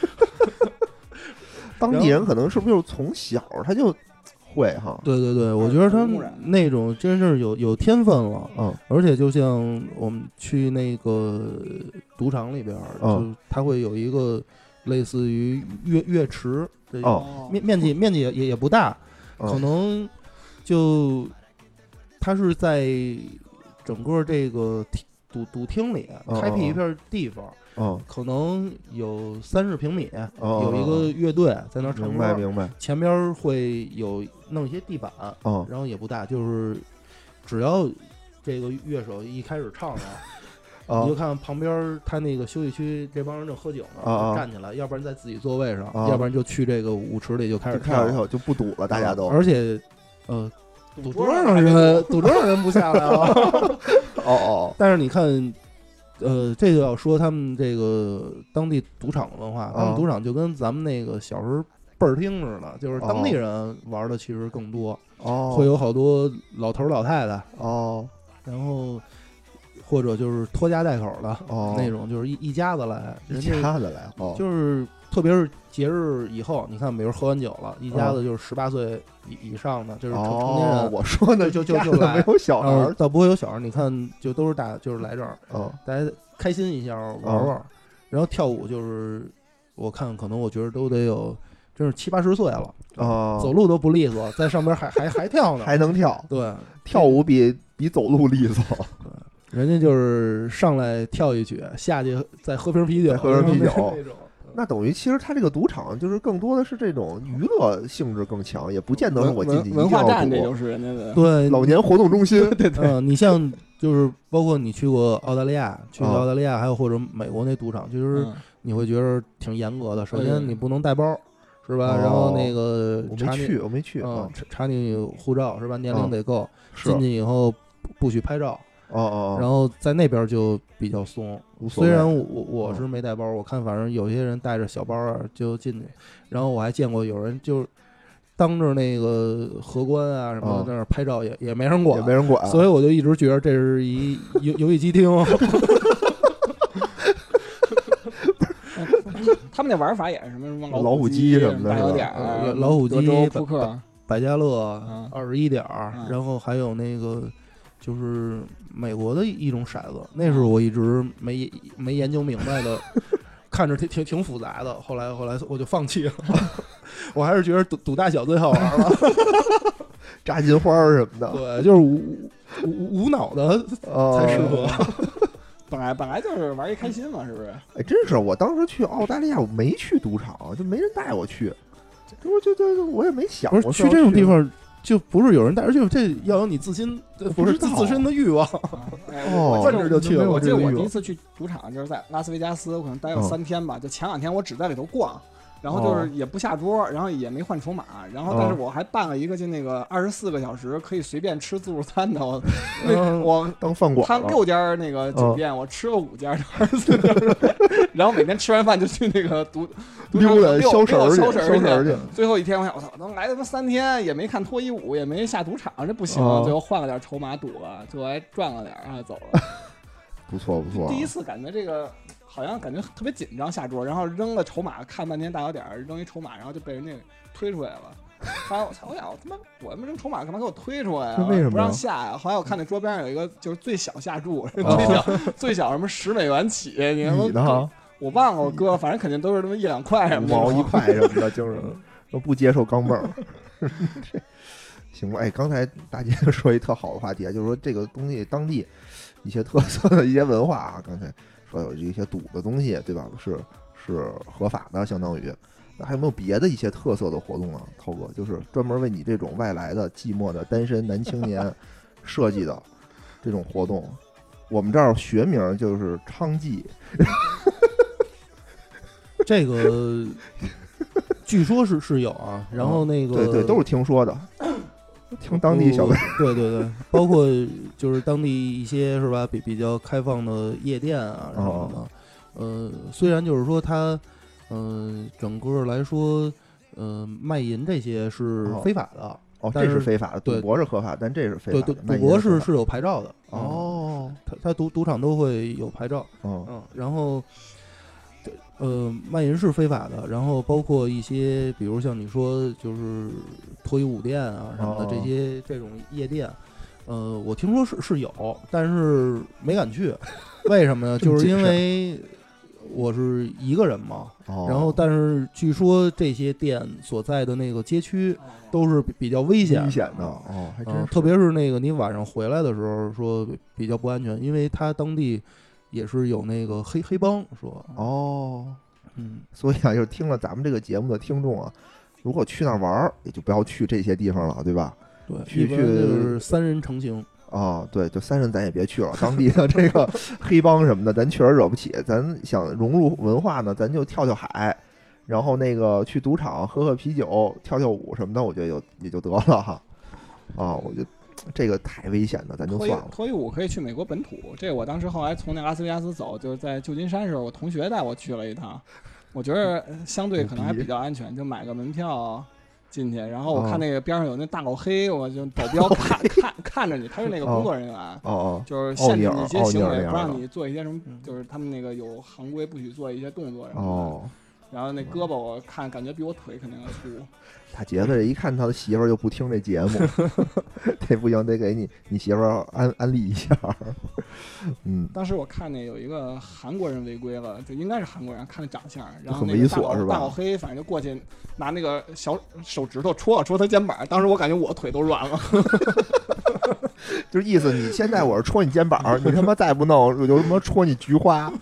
当地人可能是不是就从小他就会哈？ 对对对，我觉得他耳濡目染那种真是有有天分了。 嗯而且就像我们去那个赌场里边儿， 嗯就它会有一个类似于乐乐池，这哦面面积面积也也也不大， 嗯可能就它是在整个这个厅赌赌厅里哦开辟一片地方， 嗯， 可能有三十平米， 哦有一个乐队在那儿唱明歌， 白明白， 前边会有弄一些地板， 嗯然后也不大，就是只要这个乐手一开始唱了， 啊你就看旁边他那个休息区这帮人正喝酒呢， 啊啊就站起来，要不然在自己座位上， 啊要不然就去这个舞池里就开始就跳以跳， 后就不赌了，大家都而且呃，赌桌桌上人赌桌上人不下来了， 哦哦但是你看。呃，这就要说他们这个当地赌场的文化，他们赌场就跟咱们那个小时候倍儿厅似的，就是当地人玩的其实更多， 哦， 会有好多老头老太太， 哦然后或者就是拖家带口的、 哦那种，就是一一家子来， 一人家家子来哦， 就是特别是节日以后，你看，比如喝完酒了，一家子就是十八岁以以上的，就是成成年哦， 人， 我说的就就家里就来没有小孩儿， 然后倒不会有小孩，你看就都是大，就是来这儿， 嗯大家开心一下玩玩，然后跳舞就是我看可能我觉得都得有，真是七八十岁了， 哦， 走路都不利索，在上边还还还跳呢， 还能跳， 对， 跳舞比比走路利索， 人家就是上来跳一曲，下去再喝瓶啤酒， 再喝瓶啤酒那种。 那等于其实他这个赌场就是更多的是这种娱乐性质更强，也不见得是我进去一定文化站，这要赌。 就是人家的。 对， 老年活动中心，对嗯、你像就是包括你去过澳大利亚，去过啊澳大利亚，还有或者美国那赌场，就是嗯你会觉得挺严格的。首对先你不能带包， 是吧？ 哦然后那个我查你没去，我没去嗯啊， 查查你护照是吧？年龄嗯得够， 是进去以后不不许拍照， 哦哦， 然后在那边就比较松。 无所谓虽然我我我嗯是没带包，我看反正有些人带着小包啊就进去，然后我还见过有人就当着那个荷官啊什么的嗯在那儿拍照也也没人管， 也没人管， 所以我就一直觉得这是一游游戏机厅。 他们那玩法也是什么什么老虎机机什么的是吧大小点呃儿、 老虎机德州扑克， 百家乐嗯二十一点儿， 嗯然后还有那个就是美国的一种骰子，那是我一直没没研究明白的，看着挺挺挺复杂的。后来后来我就放弃了，我还是觉得赌赌大小最好玩了。 扎金花儿什么的， 对，就是无无无脑的哦才适合。 本来本来就是玩一开心嘛，是不是？ 哎，真是，我当时去澳大利亚，我没去赌场，就没人带我去，这我就就我也没想不过是去这种地方，就不是有人带着去，这要有你自心，不是知道自自身的欲望。 哎， 哦我我奔着就去了我记得我这个欲望第一次去赌场就是在拉斯维加斯，我可能待了嗯三天吧。就前两天我只在里头逛，然后就是也不下桌，然后也没换筹码，然后但是我还办了一个就那个二十四个小时可以随便吃自助餐的，我那我当饭馆他了。 六家那个酒店，我吃了五家二十四个小时，然后每天吃完饭就去那个赌赌场溜达溜消食儿去， 消食儿消食儿去。 最后一天，我想，我操，能来他妈三天也没看脱衣舞，也没下赌场，这不行。 哦最后换了点筹码赌了，最后还赚了点，然后走了。 不错不错， 第一次感觉这个好像感觉特别紧张下桌，然后扔了筹码，看半天大小点儿，扔一筹码，然后就被人家推出来了。后来我操，我想我他妈我他妈扔筹码干嘛给我推出来啊？ 这为什么呀不让下呀？后来我看那桌边上有一个就是最小下注，最小最小什么十美元起，你他妈你呢哈？ 我忘了我哥，反正肯定都是他妈一两块什五么的。 毛一块什么的，就是都不接受钢镚儿。这行吧？哎，刚才大姐说一特好的话题啊，就是说这个东西当地一些特色的一些文化啊，刚才说有一些赌的东西，对吧？是是合法的，相当于。那还有没有别的一些特色的活动啊？涛哥，就是专门为你这种外来的寂寞的单身男青年设计的这种活动。我们这儿学名就是娼妓， 这个据说是是有啊，然后那个对对，都是听说的，听当地小辈。 对对对，包括就是当地一些是吧，比比较开放的夜店啊什么的。 哦呃，虽然就是说它，嗯、呃，整个来说，呃，卖淫这些是非法的。 哦，这但是是非法的， 对赌博是合法，但这是非对对， 法的。 赌博是是是有牌照的。 哦， 他他赌赌场都会有牌照。 嗯嗯，然后。呃，卖淫是非法的，然后包括一些，比如像你说，就是脱衣舞店啊什么的、 哦、 这些这种夜店，呃，我听说是是有，但是没敢去，为什么呢？就是因为我是一个人嘛， 哦、 然后但是据说这些店所在的那个街区都是比较危险危险的哦，还真是、 呃，特别是那个你晚上回来的时候说比较不安全，因为他当地。也是有那个黑黑帮说哦， 嗯， 所以啊，就是听了咱们这个节目的听众啊，如果去那儿玩儿，也就不要去这些地方了，对吧？ 对， 去去就是三人成行啊、哦，对，就三人咱也别去了，当地的这个黑帮什么的，咱确实惹不起。咱想融入文化呢，咱就跳跳海，然后那个去赌场喝喝啤酒、跳跳舞什么的，我觉得就也就得了哈。啊，我觉得。这个太危险了，咱就算了。 脱衣舞可以去美国本土，这个我当时后来从那拉斯维加斯走，就是在旧金山的时候，我同学带我去了一趟，我觉得相对可能还比较安全，就买个门票进去，然后我看那个边上有那大老黑，我就保镖看看看着你，他是那个工作人员， 哦哦， 就是限制你一些行为， 哦、 不让你做一些什么，就是他们那个有行规，不许做一些动作什么的。 哦。 然后那胳膊我看感觉比我腿肯定要粗。 大杰子这一看他的媳妇儿就不听这节目，这不行，得给你你媳妇儿安安利一下。嗯， 当时我看那有一个韩国人违规了，就应该是韩国人，看那长相，然后很那个大老猥琐是吧？ 大老黑反正就过去拿那个小手指头戳了戳他肩膀，当时我感觉我腿都软了。 就是意思你现在我是戳你肩膀，你他妈再不弄我就他妈戳你菊花。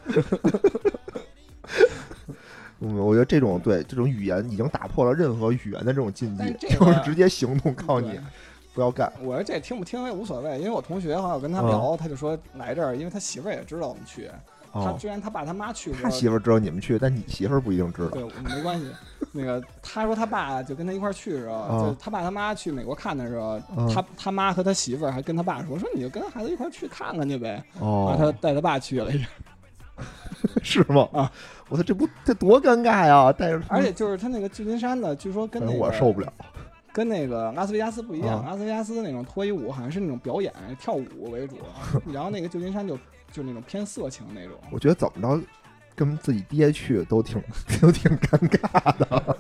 嗯，我觉得这种对这种语言已经打破了任何语言的这种禁忌， 这就是直接行动告诉你不要干。 我说这听不听也无所谓，因为我同学好像我跟他聊，嗯、他就说来这儿，因为他媳妇儿也知道我们去， 哦、 他居然他爸他妈去， 他媳妇儿知道你们去，但你媳妇儿不一定知道。 对，没关系。 那个他说他爸就跟他一块儿去的时候， 啊就他爸他妈去美国看的时候， 啊他他妈和他媳妇儿还跟他爸说说你就跟孩子一块儿去看看去呗。然后哦， 他带他爸去了一下， 是吗？ 啊， 我操，这不这多尴尬呀！带着， 而且就是他那个旧金山的，据说跟那个我受不了。 跟那个拉斯维加斯不一样， 啊拉斯维加斯的那种脱衣舞好像是那种表演跳舞为主，然后那个旧金山就就那种偏色情那种。 我觉得怎么着，跟自己爹去都挺都挺尴尬的。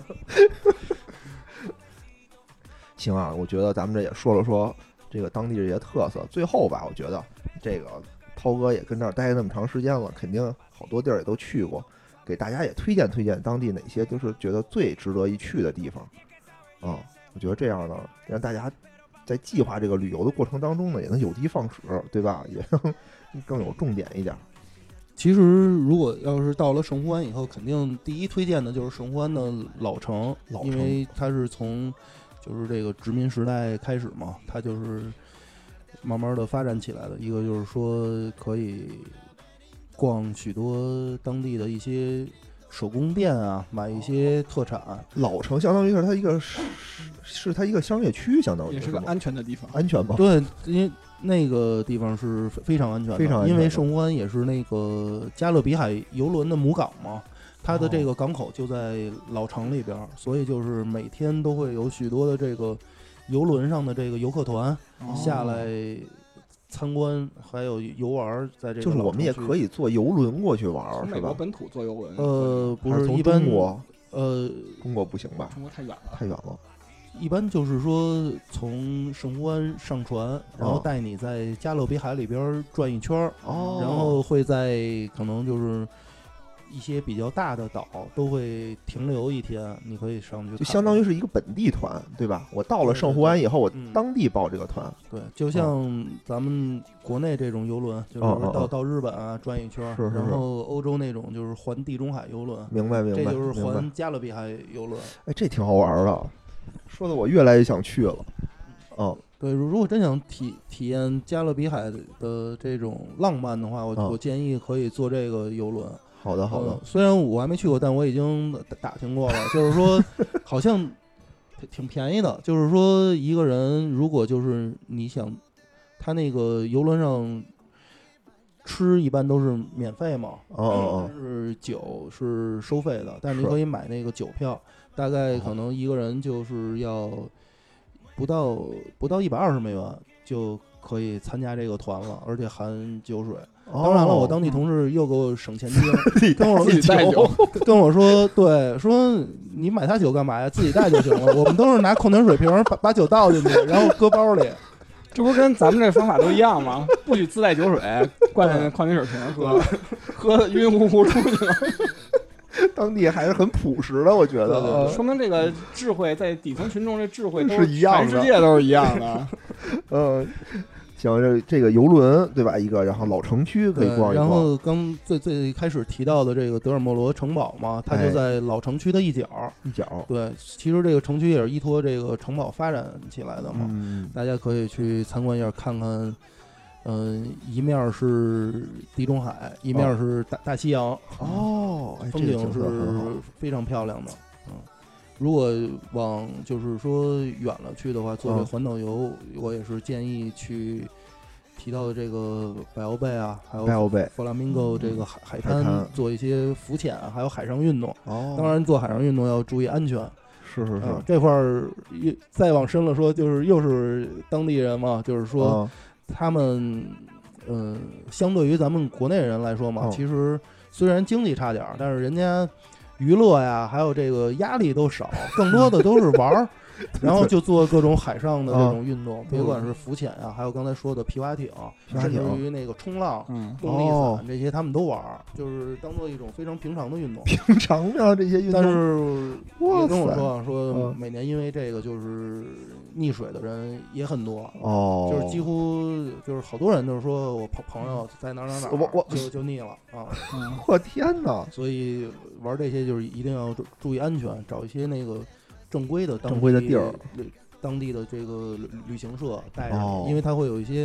行啊，我觉得咱们这也说了说这个当地这些特色。最后吧，我觉得这个涛哥也跟这儿待那么长时间了，肯定好多地儿也都去过，给大家也推荐推荐当地哪些就是觉得最值得一去的地方啊。我觉得这样呢，让大家在计划这个旅游的过程当中呢，也能有的放矢，对吧？也能更有重点一点。 其实如果要是到了圣胡安以后，肯定第一推荐的就是圣胡安的老城， 老城因为它是从就是这个殖民时代开始嘛，它就是慢慢的发展起来的。一个就是说可以逛许多当地的一些手工店啊，买一些特产。 老城相当于是它一个是是它一个商业区，相当于吗也是个安全的地方。 安全吗？ 对，因为那个地方是非常安全的， 非常安全的因为圣胡安也是那个加勒比海游轮的母港嘛，它的这个港口就在老城里边，所以就是每天都会有许多的这个游轮上的这个游客团哦下来参观，还有游玩，在这个就是我们也可以， 以坐游轮过去玩， 从是吧？ 美国本土坐游轮， 呃，不还是从是一般中国， 呃， 中国不行吧？ 中国太远了。 太远了。 一般就是说从圣胡安上船，然后带你在加勒比海里边转一圈儿， 哦然后会在可能就是一些比较大的岛都会停留一天，你可以上去看， 就相当于是一个本地团，对吧？我到了圣胡安以后，我嗯当地报这个团。 对，就像咱们国内这种游轮，就是哦哦哦到到日本啊转一圈儿， 是是是然后欧洲那种就是环地中海游轮， 明白明白， 这就是明白。 环加勒比海游轮。 哎，这挺好玩的，说的我越来越想去了。嗯， 对，如如果真想体体验加勒比海的这种浪漫的话，我、 嗯我建议可以坐这个游轮。 好的好的呃。虽然我还没去过，但我已经打打听过了，就是说好像挺挺便宜的。就是说一个人如果就是你想，他那个游轮上吃一般都是免费嘛， 哦哦但是酒是收费的，但是你是可以买那个酒票，大概可能一个人就是要不到不到一百二十美元就可以参加这个团了，而且含酒水。 哦。 当然了，我当地同事又给我省钱金，跟我自己带酒， 跟我说，对，说你买他酒干嘛呀？自己带就行了。我们都是拿矿泉水瓶把把酒倒进去，然后搁包里。 这不是跟咱们这方法都一样吗？不许自带酒水，灌在矿泉水瓶喝，喝晕乎乎出去了。 当地还是很朴实的，我觉得。 对对对说明这个智慧在底层群众，这智慧都是一样的全世界都是一样的。 嗯，行，这这个游轮对吧？一个，然后老城区可以对逛一逛。 然后刚最最开始提到的这个德尔莫罗城堡嘛，它哎就在老城区的一角。 一角， 对，其实这个城区也是依托这个城堡发展起来的嘛， 嗯， 大家可以去参观一下，看看。嗯，一面是地中海，一面是大、大西洋， 哦，哎， 风景这个景色很好是非常漂亮的。嗯，如果往就是说远了去的话，做这嗯环岛游，我也是建议去提到的这个百奥贝啊，还有百奥贝弗拉明戈这个海海海滩做一些浮潜啊，还有海上运动。 哦， 当然，做海上运动要注意安全。 是是是， 嗯这块儿一再往深了说，就是又是当地人嘛，就是说。 嗯他们，嗯、呃，相对于咱们国内人来说嘛， 哦其实虽然经济差点儿，但是人家娱乐呀，还有这个压力都少，更多的都是玩儿，然后就做各种海上的这种运动，别管是浮潜呀，还有刚才说的皮划艇， 皮划艇甚至于那个冲浪、 嗯， 动力哦伞这些，他们都玩儿，就是当做一种非常平常的运动。 平常啊这些运动， 但是哇也跟我塞说啊，说嗯每年因为这个就是溺水的人也很多。 哦， 就是几乎就是好多人都是说我朋朋友在哪儿哪儿哪儿， 我我就就腻了啊， 嗯我天哪， 所以玩这些就是一定要注注意安全，找一些那个正规的当正规的地儿， 当地的这个旅旅行社带上你， 哦因为它会有一些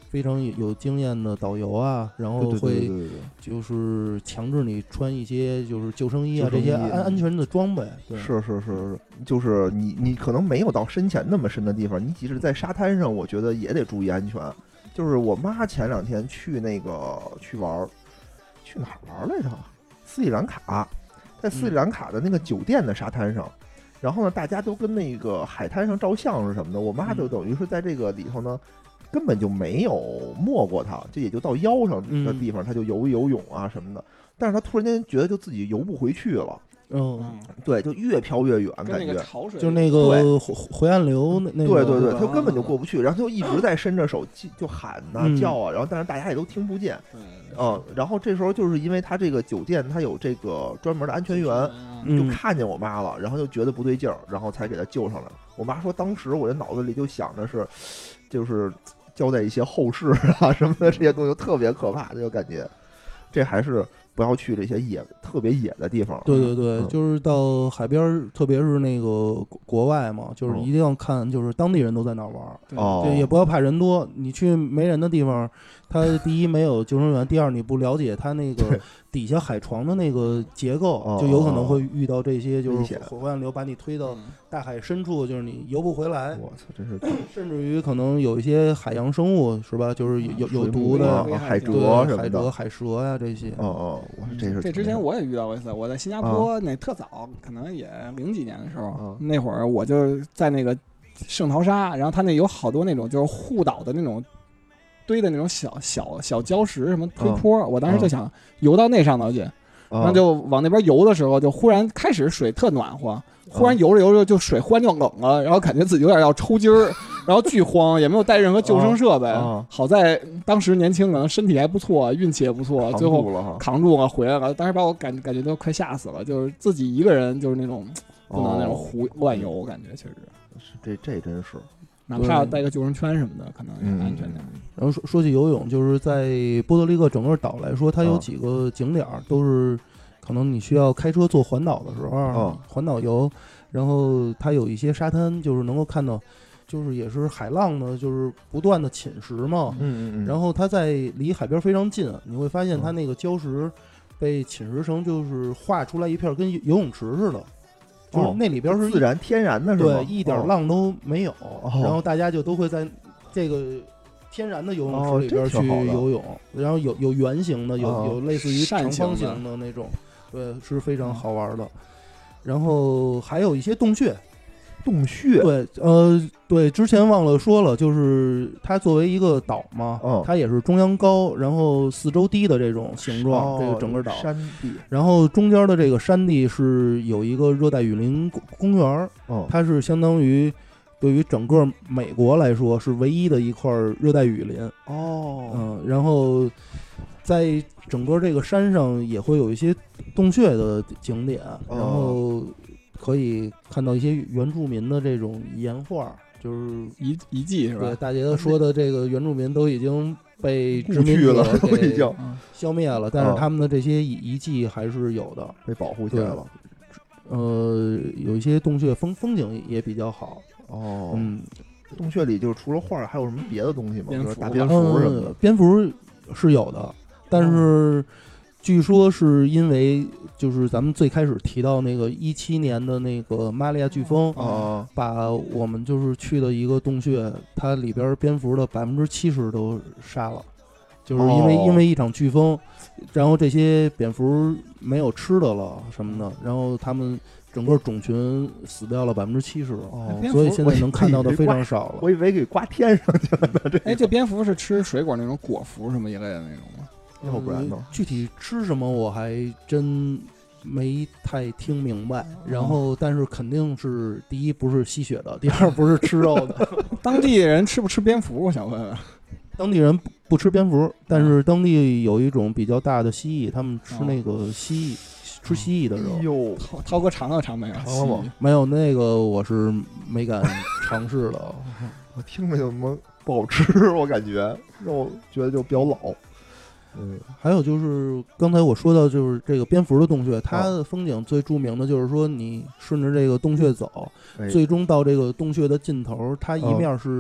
非常有经验的导游啊，然后会就是强制你穿一些就是救生衣啊这些安安全的装备。对， 是是是，就是你你可能没有到深浅那么深的地方，你即使在沙滩上，我觉得也得注意安全。就是我妈前两天去那个去玩，去哪儿玩来着？斯里兰卡，在斯里兰卡的那个酒店的沙滩上。嗯，然后呢，大家都跟那个海滩上照相是什么的，我妈就等于是在这个里头呢，根本就没有没过她，这也就到腰上的地方，她就游游泳啊什么的。但是她突然间觉得就自己游不回去了， 嗯， 对，就越漂越远，感觉就是那个回岸流那对对对，她根本就过不去，然后就一直在伸着手就喊呐、啊、叫啊，然后但是大家也都听不见，嗯，然后这时候就是因为他这个酒店他有这个专门的安全员，就看见我妈了，然后就觉得不对劲儿，然后才给她救上来。我妈说当时我的脑子里就想的是，就是交代一些后事啊什么的这些东西，特别可怕，这个感觉。这还是不要去这些野特别野的地方。 对对对，嗯、就是到海边，特别是那个国外嘛，就是一定要看，就是当地人都在哪玩。 哦， 对，也不要怕人多。你去没人的地方，它第一没有救生员，第二你不了解它那个底下海床的那个结构，就有可能会遇到这些就是回岸流把你推到大海深处，就是你游不回来。 我操，真是！ 甚至于可能有一些海洋生物是吧，就是有有毒的海蜇什么的， 海蜇、海蛇呀、啊、这些。 哦哦，我这是这之前我也遇到过一次，我在新加坡那特早，可能也零几年的时候，那会儿我就在那个圣淘沙，然后它那有好多那种就是护岛的那种堆的那种小小小礁石什么推坡，我当时就想游到那上头去，然后就往那边游的时候，就忽然开始水特暖和，忽然游着游着就水忽然就冷了，然后感觉自己有点要抽筋儿，然后巨慌，也没有带任何救生设备。好在当时年轻，可能身体还不错，运气也不错，最后扛住了回来了。当时把我感感觉都快吓死了，就是自己一个人就是那种不能那种胡乱游，感觉确实这这真是。 哪怕要带个救生圈什么的，可能也安全点。 嗯、然后说说起游泳，就是在波多黎各整个岛来说，它有几个景点都是可能你需要开车做环岛的时候， 哦、 环岛游，然后它有一些沙滩，就是能够看到，就是也是海浪呢，就是不断的侵蚀嘛。 嗯嗯嗯。 然后它在离海边非常近，你会发现它那个礁石被侵蚀成就是画出来一片跟游泳池似的。就是那里边是自然天然的是吧？ 对，一点浪都没有。哦、然后大家就都会在这个天然的游泳池里边去游泳，哦、然后有有圆形的，有、哦、有类似于长方形的那种，对，是非常好玩的。然后还有一些洞穴。 洞穴对，呃，对，之前忘了说了，就是它作为一个岛嘛， 哦、 它也是中央高，然后四周低的这种形状， 哦、 这个整个岛山地， 然后中间的这个山地是有一个热带雨林公园， 哦、 它是相当于对于整个美国来说是唯一的一块热带雨林哦， 嗯，然后在整个这个山上也会有一些洞穴的景点， 哦、 然后。可以看到一些原住民的这种岩画，就是遗遗迹是吧？ 对，大杰说的这个原住民都已经被殖民者都已经消灭了，但是他们的这些遗迹还是有的， 被保护起来了。 呃，有一些洞穴风风景也比较好。 哦， 嗯， 洞穴里就是除了画，还有什么别的东西吗？ 蝙蝠、 大蝙蝠什么的。 蝙蝠是有的，但是。据说是因为就是咱们最开始提到那个一七年的那个玛利亚飓风， 啊， 把我们就是去的一个洞穴，它里边蝙蝠的百分之七十都杀了，就是因为、 哦、 因为一场飓风，然后这些蝙蝠没有吃的了什么的，然后他们整个种群死掉了百分之七十， 哦， 所以现在能看到的非常少了。 我以为给刮天上去了呢。这哎，这蝙蝠是吃水果那种果蝠什么一类的那种吗？ 要不然呢、 呃？具体吃什么我还真没太听明白。然后，但是肯定是第一不是吸血的，第二不是吃肉的。 当地人吃不吃蝙蝠？我想问问。 当地人不吃蝙蝠，但是当地有一种比较大的蜥蜴，他们吃那个蜥蜴，哦、吃蜥蜴的肉。 哟， 涛涛哥尝了尝没有？ 尝了吗？ 没有，那个我是没敢尝试的。 我听着就什么不好吃，我感觉肉觉得就比较老。 嗯，还有就是刚才我说到，就是这个蝙蝠的洞穴，它的风景最著名的就是说，你顺着这个洞穴走， 哎、 最终到这个洞穴的尽头，它一面是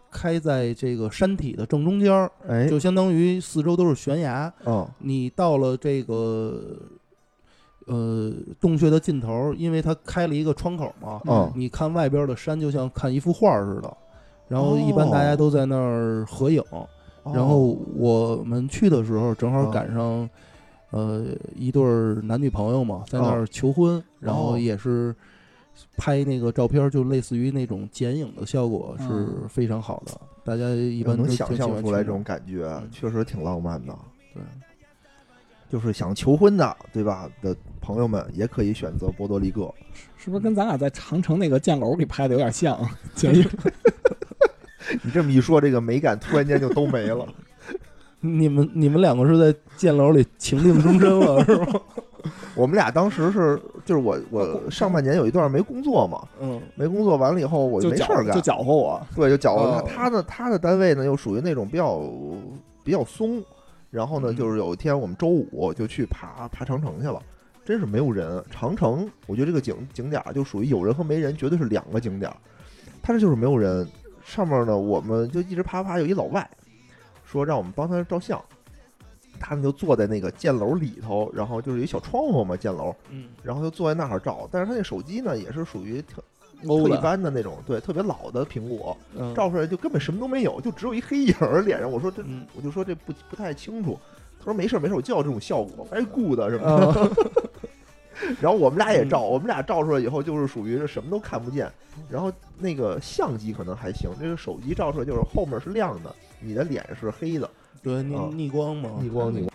开在这个山体的正中间儿， 哎， 就相当于四周都是悬崖。 嗯你到了这个呃洞穴的尽头，因为它开了一个窗口嘛， 嗯你看外边的山就像看一幅画似的。然后一般大家都在那儿合影。 哦然后我们去的时候正好赶上，呃，一对男女朋友嘛，在那儿求婚，然后也是拍那个照片，就类似于那种剪影的效果是非常好的。大家一般能想象出来这种感觉，确实挺浪漫的。 对， 就是想求婚的，对吧？的朋友们也可以选择波多黎各， 是不是跟咱俩在长城那个箭楼里拍的有点像？剪影。 你这么一说，这个美感突然间就都没了。 你们你们两个是在箭楼里情定终身了，是吗？ 我们俩当时是，就是我我上半年有一段没工作嘛，嗯，没工作完了以后我就没事干， 就搅和我， 对，就搅和他。他的他的单位呢又属于那种比较比较松，然后呢就是有一天我们周五就去爬爬长城去了，真是没有人。长城我觉得这个景景点就属于有人和没人绝对是两个景点，他这就是没有人。上面呢，我们就一直爬爬，有一老外说让我们帮他照相，他们就坐在那个箭楼里头，然后就是有一小窗户嘛，箭楼，嗯，然后就坐在那儿照。但是他那手机呢，也是属于特特一般的那种，对，特别老的苹果，嗯、照出来就根本什么都没有，就只有一黑影儿脸上。我说这，嗯、我就说这不不太清楚。他说没事没事，我就要这种效果，哎，good 什么的。嗯然后我们俩也照，我们俩照出来以后就是属于什么都看不见，然后那个相机可能还行，这个手机照出来就是后面是亮的，你的脸是黑的， 对，逆逆光嘛， 逆光逆光。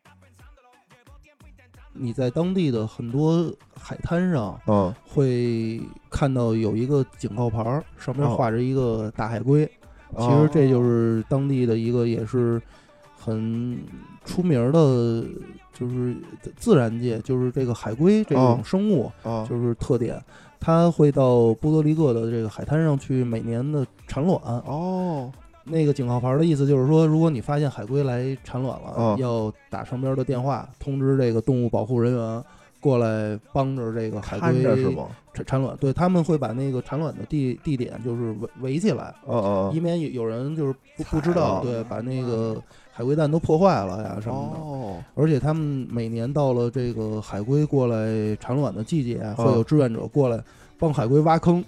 你在当地的很多海滩上，嗯，会看到有一个警告牌，上面画着一个大海龟，其实这就是当地的一个也是很出名的。就是自然界，就是这个海龟这种生物，哦、就是特点，它会到波多黎各的这个海滩上去每年的产卵。哦，那个警告牌的意思就是说，如果你发现海龟来产卵了，哦、要打上边的电话通知这个动物保护人员过来帮着这个海龟是吗？ 产产卵，对，他们会把那个产卵的地地点就是围围起来， 哦哦， 以免有人就是不不知道，对，把那个海龟蛋都破坏了呀什么的。哦，而且他们每年到了这个海龟过来产卵的季节，会有志愿者过来帮海龟挖坑。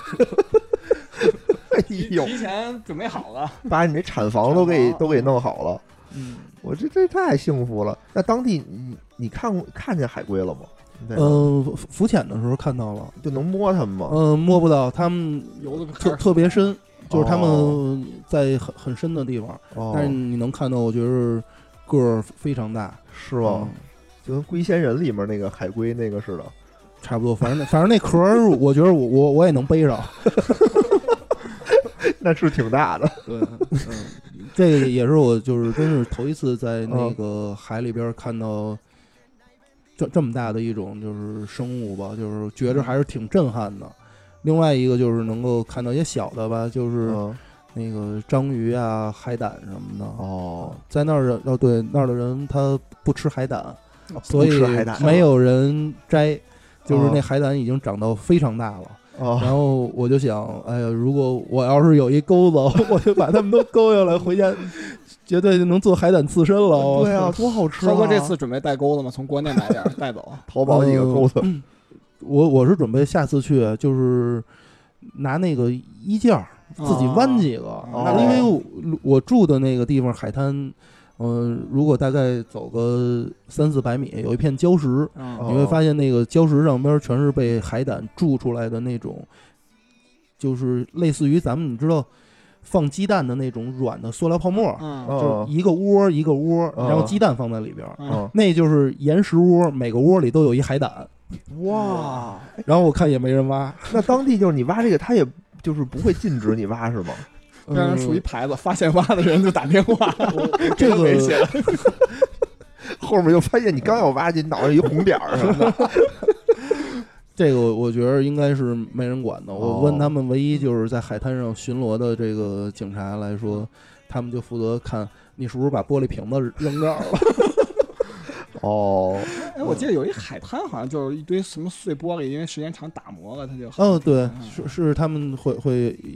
哎呦， 提前准备好了， 把你这产房都给都给弄好了。嗯，我这这太幸福了。那当地你你看看见海龟了吗？ 嗯、呃，浮潜的时候看到了， 就能摸它们吗？ 嗯、呃，摸不到，他们游的特特别深，就是他们在很很深的地方，哦、但是你能看到，我觉得个儿非常大， 是吗？嗯、就跟《龟仙人》里面那个海龟那个似的， 差不多。反正反正那壳儿，我觉得我我我也能背上， 那是挺大的。 对，嗯，这个也是我就是真是头一次在那个海里边看到。这这么大的一种就是生物吧，就是觉着还是挺震撼的。另外一个就是能够看到一些小的吧，就是那个章鱼啊、海胆什么的。哦，在那儿人哦，对，那儿的人他不吃海胆， 哦、 所以没有人摘，就是那海胆已经长到非常大了。哦、然后我就想，哎呀，如果我要是有一钩子，我就把他们都勾下来，回家绝对就能做海胆刺身了。 对啊，多好吃啊！ 涛哥这次准备带钩子吗？从国内买点带走， 淘宝几个钩子。 呃、我我是准备下次去，就是拿那个衣架自己弯几个，哦、因为我, 我住的那个地方海滩。嗯、呃，如果大概走个三四百米，有一片礁石，哦、你会发现那个礁石上边全是被海胆筑出来的那种，就是类似于咱们你知道放鸡蛋的那种软的塑料泡沫，嗯、就是一个窝一个窝，嗯、然后鸡蛋放在里边，嗯、那就是岩石窝，每个窝里都有一海胆。 哇！ 然后我看也没人挖， 那当地就是你挖这个，他也就是不会禁止你挖是吗？ 让人竖一牌子，发现挖的人就打电话， 这个危险。 后面又发现你刚要挖进脑袋一红点儿什么的。 这个我觉得应该是没人管的。我问他们，唯一就是在海滩上巡逻的这个警察来说，他们就负责看你是不是把玻璃瓶子扔这儿了。 哦， 哎，我记得有一海滩，好像就是一堆什么碎玻璃，因为时间长打磨了，它就。 嗯，对，是是他们会会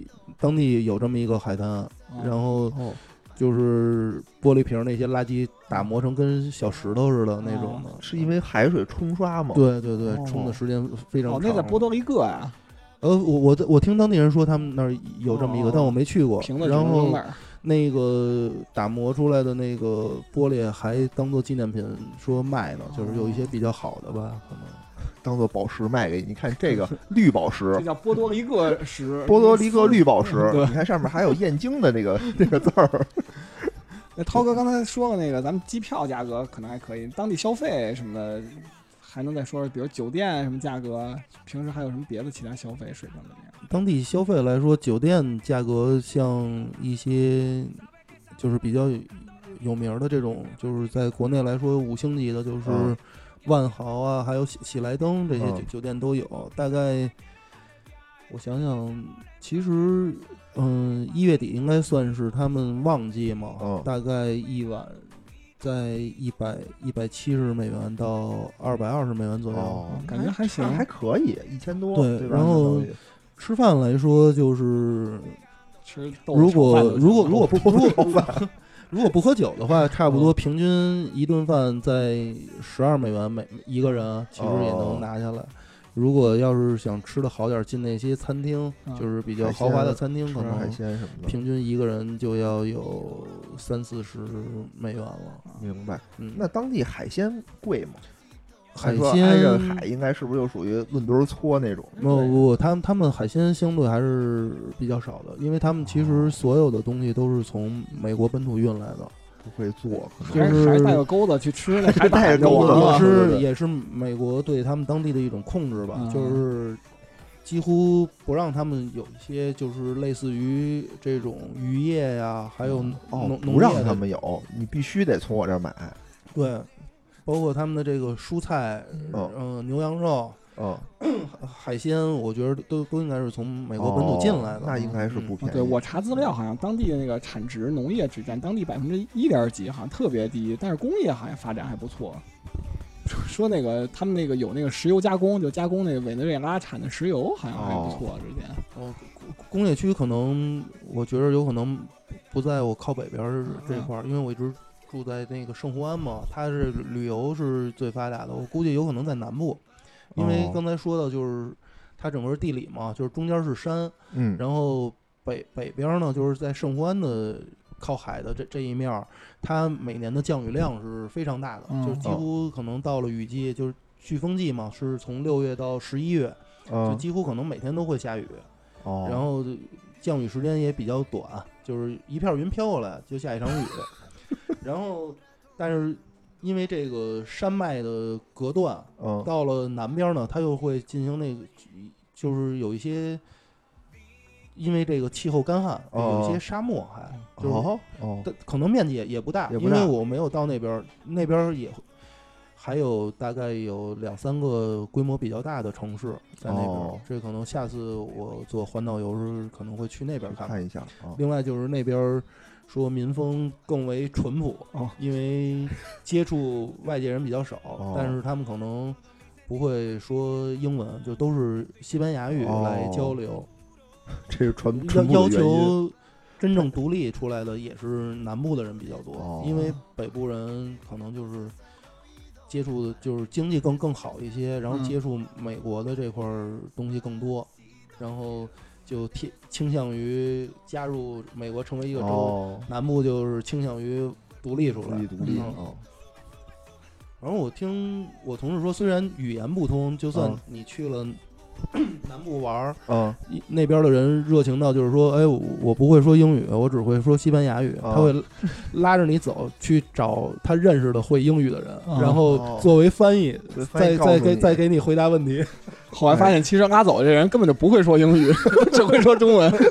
当地有这么一个海滩， 哦然后哦， 就是玻璃瓶那些垃圾打磨成跟小石头似的那种的， 是因为海水冲刷吗？， 对对对， 哦冲的时间非常哦， 长。 那在波多黎各呀， 呃，我我我听当地人说他们那儿有这么一个， 哦但我没去过。 瓶子只然后能扔那儿。 那个打磨出来的那个玻璃还当做纪念品说卖呢，就是有一些比较好的吧，可能。 当做宝石卖给你。你看这个绿宝石这，叫波多黎各石， 波多黎各绿宝石， 对你看上面还有燕京的这个这个字儿。 那涛哥刚才说了那个，咱们机票价格可能还可以，当地消费什么的，还能再说说，比如酒店什么价格，平时还有什么别的其他消费水平怎么样？ 当地消费来说，酒店价格像一些就是比较有名的这种，就是在国内来说五星级的，就是嗯万豪啊，还有喜喜来登这些酒嗯酒店都有。大概我想想，其实嗯，一月底应该算是他们旺季嘛， 嗯大概一晚在一百一百七十美元到二百二十美元左右。 哦， 感觉还行还可以，一千多， 对对吧？ 然后相当于吃饭来说，就是吃豆子如果炒饭的如果如果不豆如子炒果如果不喝酒的话，差不多平均一顿饭在十二美元每一个人，其实也能拿下来。如果要是想吃的好点，进那些餐厅， 嗯就是比较豪华的餐厅，可吃海能鲜什么的， 平均一个人就要有三四十美元了。 明白。 嗯， 那当地海鲜贵吗？ 海按说挨着鲜海应该是不是就属于论吨搓那种？ 不不不，他们他们海鲜相对还是比较少的，因为他们其实所有的东西都是从美国本土运来的。 不会做，可能就是还是还是带个钩子去吃那海带个胆就完了。 钩子对也是对也是美国对他们当地的一种控制吧， 嗯就是几乎不让他们有一些就是类似于这种渔业呀，还有哦农，农不让业的他们有，你必须得从我这儿买。 对，包括他们的这个蔬菜， 嗯嗯，牛羊肉、 嗯， 海鲜，我觉得都都应该是从美国本土进来的。 哦那应该是不嗯便宜。 对我查资料，好像当地的那个产值农业只占当地百分之一点几，好像特别低，但是工业好像发展还不错。说那个他们那个有那个石油加工，就加工那个委内瑞拉产的石油，好像还不错。之前哦，工业区可能我觉得有可能不在我靠北边儿这块儿，因为我一直住在那个圣胡安嘛，它是旅游是最发达的，我估计有可能在南部，因为哦刚才说到就是它整个地理嘛，就是中间是山， 嗯， 然后北北边呢就是在圣胡安的靠海的这这一面儿，它每年的降雨量是非常大的， 嗯就是几乎可能到了雨季，就是飓风季嘛，是从六月到十一月，就嗯几乎可能每天都会下雨， 哦， 然后降雨时间也比较短，就是一片云飘过来就下一场雨，然后但是因为这个山脉的隔断， 嗯到了南边呢，它又会进行那个，就是有一些。因为这个气候干旱， 哦有一些沙漠还，就是哦哦但可能面积也也不大， 也不大因为我没有到那边儿，那边儿也还有大概有两三个规模比较大的城市在那边儿， 哦这可能下次我做环岛游时可能会去那边儿看看。 看一下啊。 另外就是那边儿说民风更为淳朴， 哦因为接触外界人比较少， 哦但是他们可能不会说英文，就都是西班牙语来交流。 这是传要传播要的原因。 求真正独立出来的也是南部的人比较多， 哦因为北部人可能就是接触的就是经济更更好一些，然后嗯接触美国的这块儿东西更多，然后就偏倾向于加入美国成为一个州， 哦， 南部就是倾向于独立出来。 独立独立嗯啊。 然后我听我同事说，虽然语言不通，就算嗯你去了南部玩儿， 嗯一那边的人热情到就是说，哎，我我不会说英语，我只会说西班牙语。 啊他会拉着你走去找他认识的会英语的人， 啊然后作为翻译， 对翻再再译告诉你给再给你回答问题。 后来发现，其实拉走这人根本就不会说英语，只会说中文。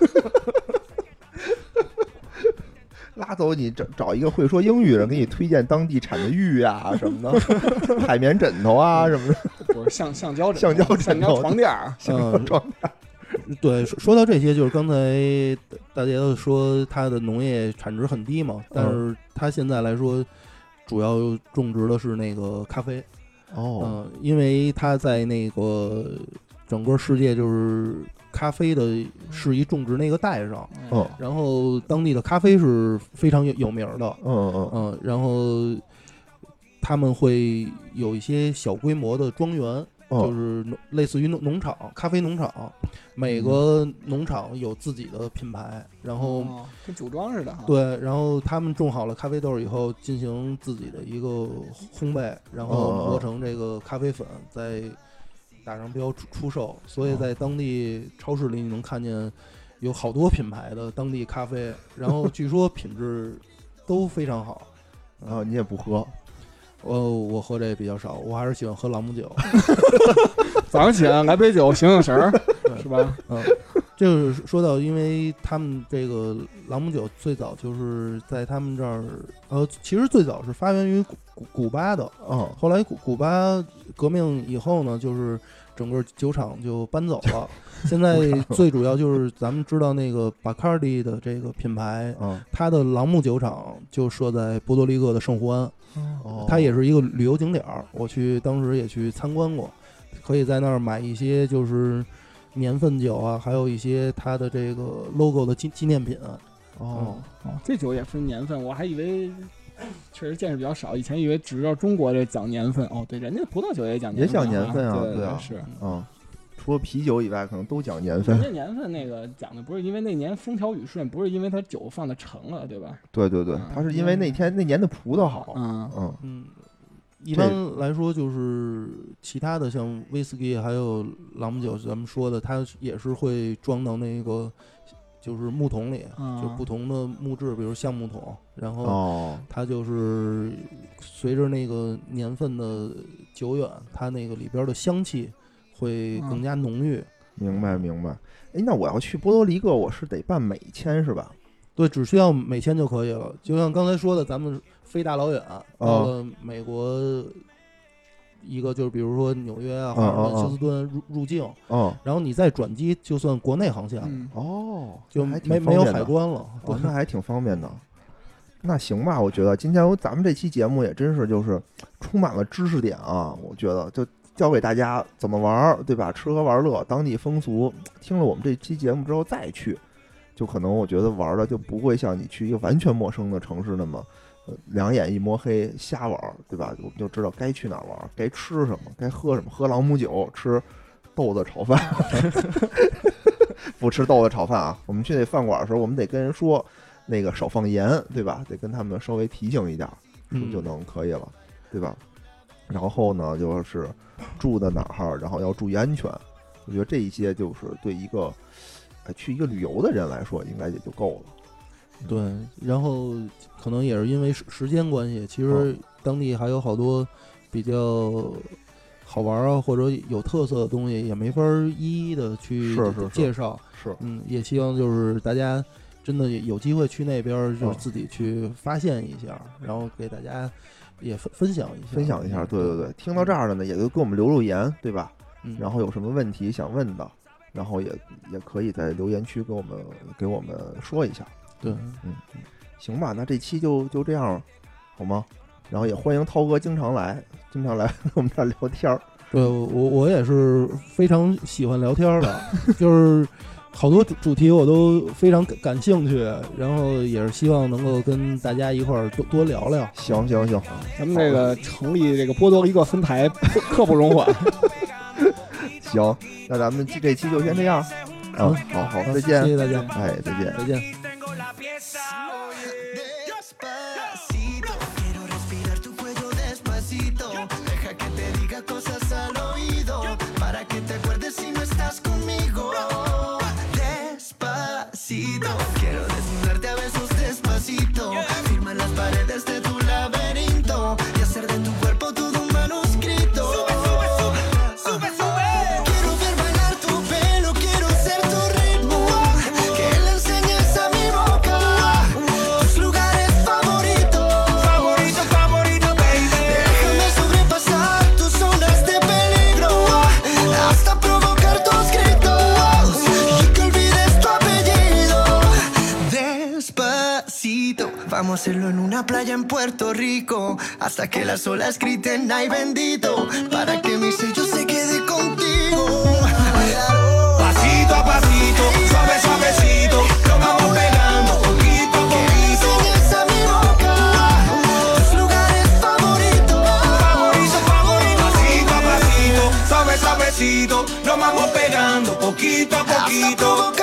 拉走你找找一个会说英语人，给你推荐当地产的玉啊什么的，海绵枕头啊什么的。 不是橡橡胶枕橡胶头橡胶枕头床垫儿， 嗯， 装对，说说到这些，就是刚才大家都说它的农业产值很低嘛，但是它现在来说，主要种植的是那个咖啡。 哦嗯，因为它在那个整个世界就是咖啡的适宜种植那个带上， 嗯然后当地的咖啡是非常有有名的， 嗯嗯嗯，然后他们会有一些小规模的庄园， 嗯， 就是农类似于农农场、咖啡农场，每个农场有自己的品牌，然后哦跟酒庄似的哈。 对，然后他们种好了咖啡豆以后，进行自己的一个烘焙，然后磨成这个咖啡粉，再打上标出出售。所以在当地超市里，你能看见有好多品牌的当地咖啡，然后据说品质都非常好。 然后你也不喝， 呃，我喝这比较少，我还是喜欢喝朗姆酒。 早上起来来杯酒醒醒神儿，是吧？ 嗯，就是说到，因为他们这个朗姆酒最早就是在他们这儿，呃，其实最早是发源于古古古巴的， 嗯后来古古巴革命以后呢，就是整个酒厂就搬走了。现在最主要就是咱们知道那个巴卡迪的这个品牌， 嗯它的朗姆酒厂就设在波多黎各的圣胡安， 哦， 它也是一个旅游景点儿。我去当时也去参观过，可以在那儿买一些就是年份酒啊，还有一些它的这个 logo 的纪纪念品。 哦哦，这酒也分年份，我还以为确实见识比较少，以前以为只知道中国这讲年份。哦，对，人家葡萄酒也讲年份啊， 也讲年份啊对对啊是。 嗯，除了啤酒以外，可能都讲年人份。 家年份那个讲的不是因为那年风调雨顺，不是因为它酒放的成了，对吧？ 对对对，它是因为那天那年的葡萄好。 嗯嗯嗯，一般来说就是其他的像威士忌还有朗姆酒，咱们说的它也是会装到那个就是木桶里， 嗯就不同的木质，比如橡木桶，然后哦它就是随着那个年份的久远，它那个里边的香气会更加浓郁。 明白明白。哎，那我要去波多黎各，我是得办美签是吧？ 对，只需要美签就可以了。就像刚才说的，咱们飞大老远到了美国，一个就是比如说纽约啊， 嗯或者嗯嗯休斯顿入入境， 嗯然后你再转机，就算国内航线， 嗯， 哦， 就那还挺没没有方便的海关了。 哦，那还挺方便的。那行吧，我觉得今天咱们这期节目也真是就是充满了知识点啊，我觉得就教给大家怎么玩儿，对吧？吃喝玩乐，当地风俗。听了我们这期节目之后再去，就可能我觉得玩的就不会像你去一个完全陌生的城市那么，呃，两眼一摸黑瞎玩儿，对吧？我们就知道该去哪儿玩，该吃什么，该喝什么，喝朗姆酒，吃豆子炒饭，不吃豆子炒饭啊。我们去那饭馆的时候，我们得跟人说那个少放盐，对吧？得跟他们稍微提醒一下，是不是就能可以了，对吧？然后呢，就是住在哪儿，然后要注意安全。我觉得这一些就是对一个哎去一个旅游的人来说，应该也就够了。 对，然后可能也是因为时时间关系，其实当地还有好多比较好玩啊或者有特色的东西，也没法一一的去是是是介绍。 是， 嗯，也希望就是大家真的有机会去那边，就是嗯自己去发现一下，然后给大家也分分享一下， 分享一下。对对对，听到这儿的呢，也就给我们留留言，对吧？ 嗯， 然后有什么问题想问的，然后也也可以在留言区给我们给我们说一下。 对， 嗯，行吧，那这期就就这样，好吗？然后也欢迎涛哥经常来，经常来跟我们这儿聊天儿。 对我我也是非常喜欢聊天的，就是好多主主题我都非常感感兴趣，然后也是希望能够跟大家一块儿多多聊聊。 行行行， 咱们这个成立这个波多黎各分台，刻不容缓。 行，那咱们这期就先这样。嗯，好好，再谢见。 谢大家， 哎，再见。 再见。 Despacito, quiero respirar tu cuello despacito. Deja que te diga cosas al oído, para que te acuerdes si no estás conmigo. Despacito, quiero desnudarte a besos despacito. Firma las paredes de tu laberinto y hacer de tu cuerpo todo un manuscrito. Sube, sube, sube, sube, sube. Quiero ver bailar tu pelo, quiero ser tu ritmo. Que le enseñes a mi boca tus lugares favoritos. Favorito, favorito, baby. Déjame sobrepasar tus zonas de peligro hasta provocar tus gritos y que olvides tu apellido. Despacito, vamos a hacerlo en una playa en Puerto Rico hasta que las olas griten ay bendito, para que mi sello se quede contigo. Pasito a pasito poquito a poquito.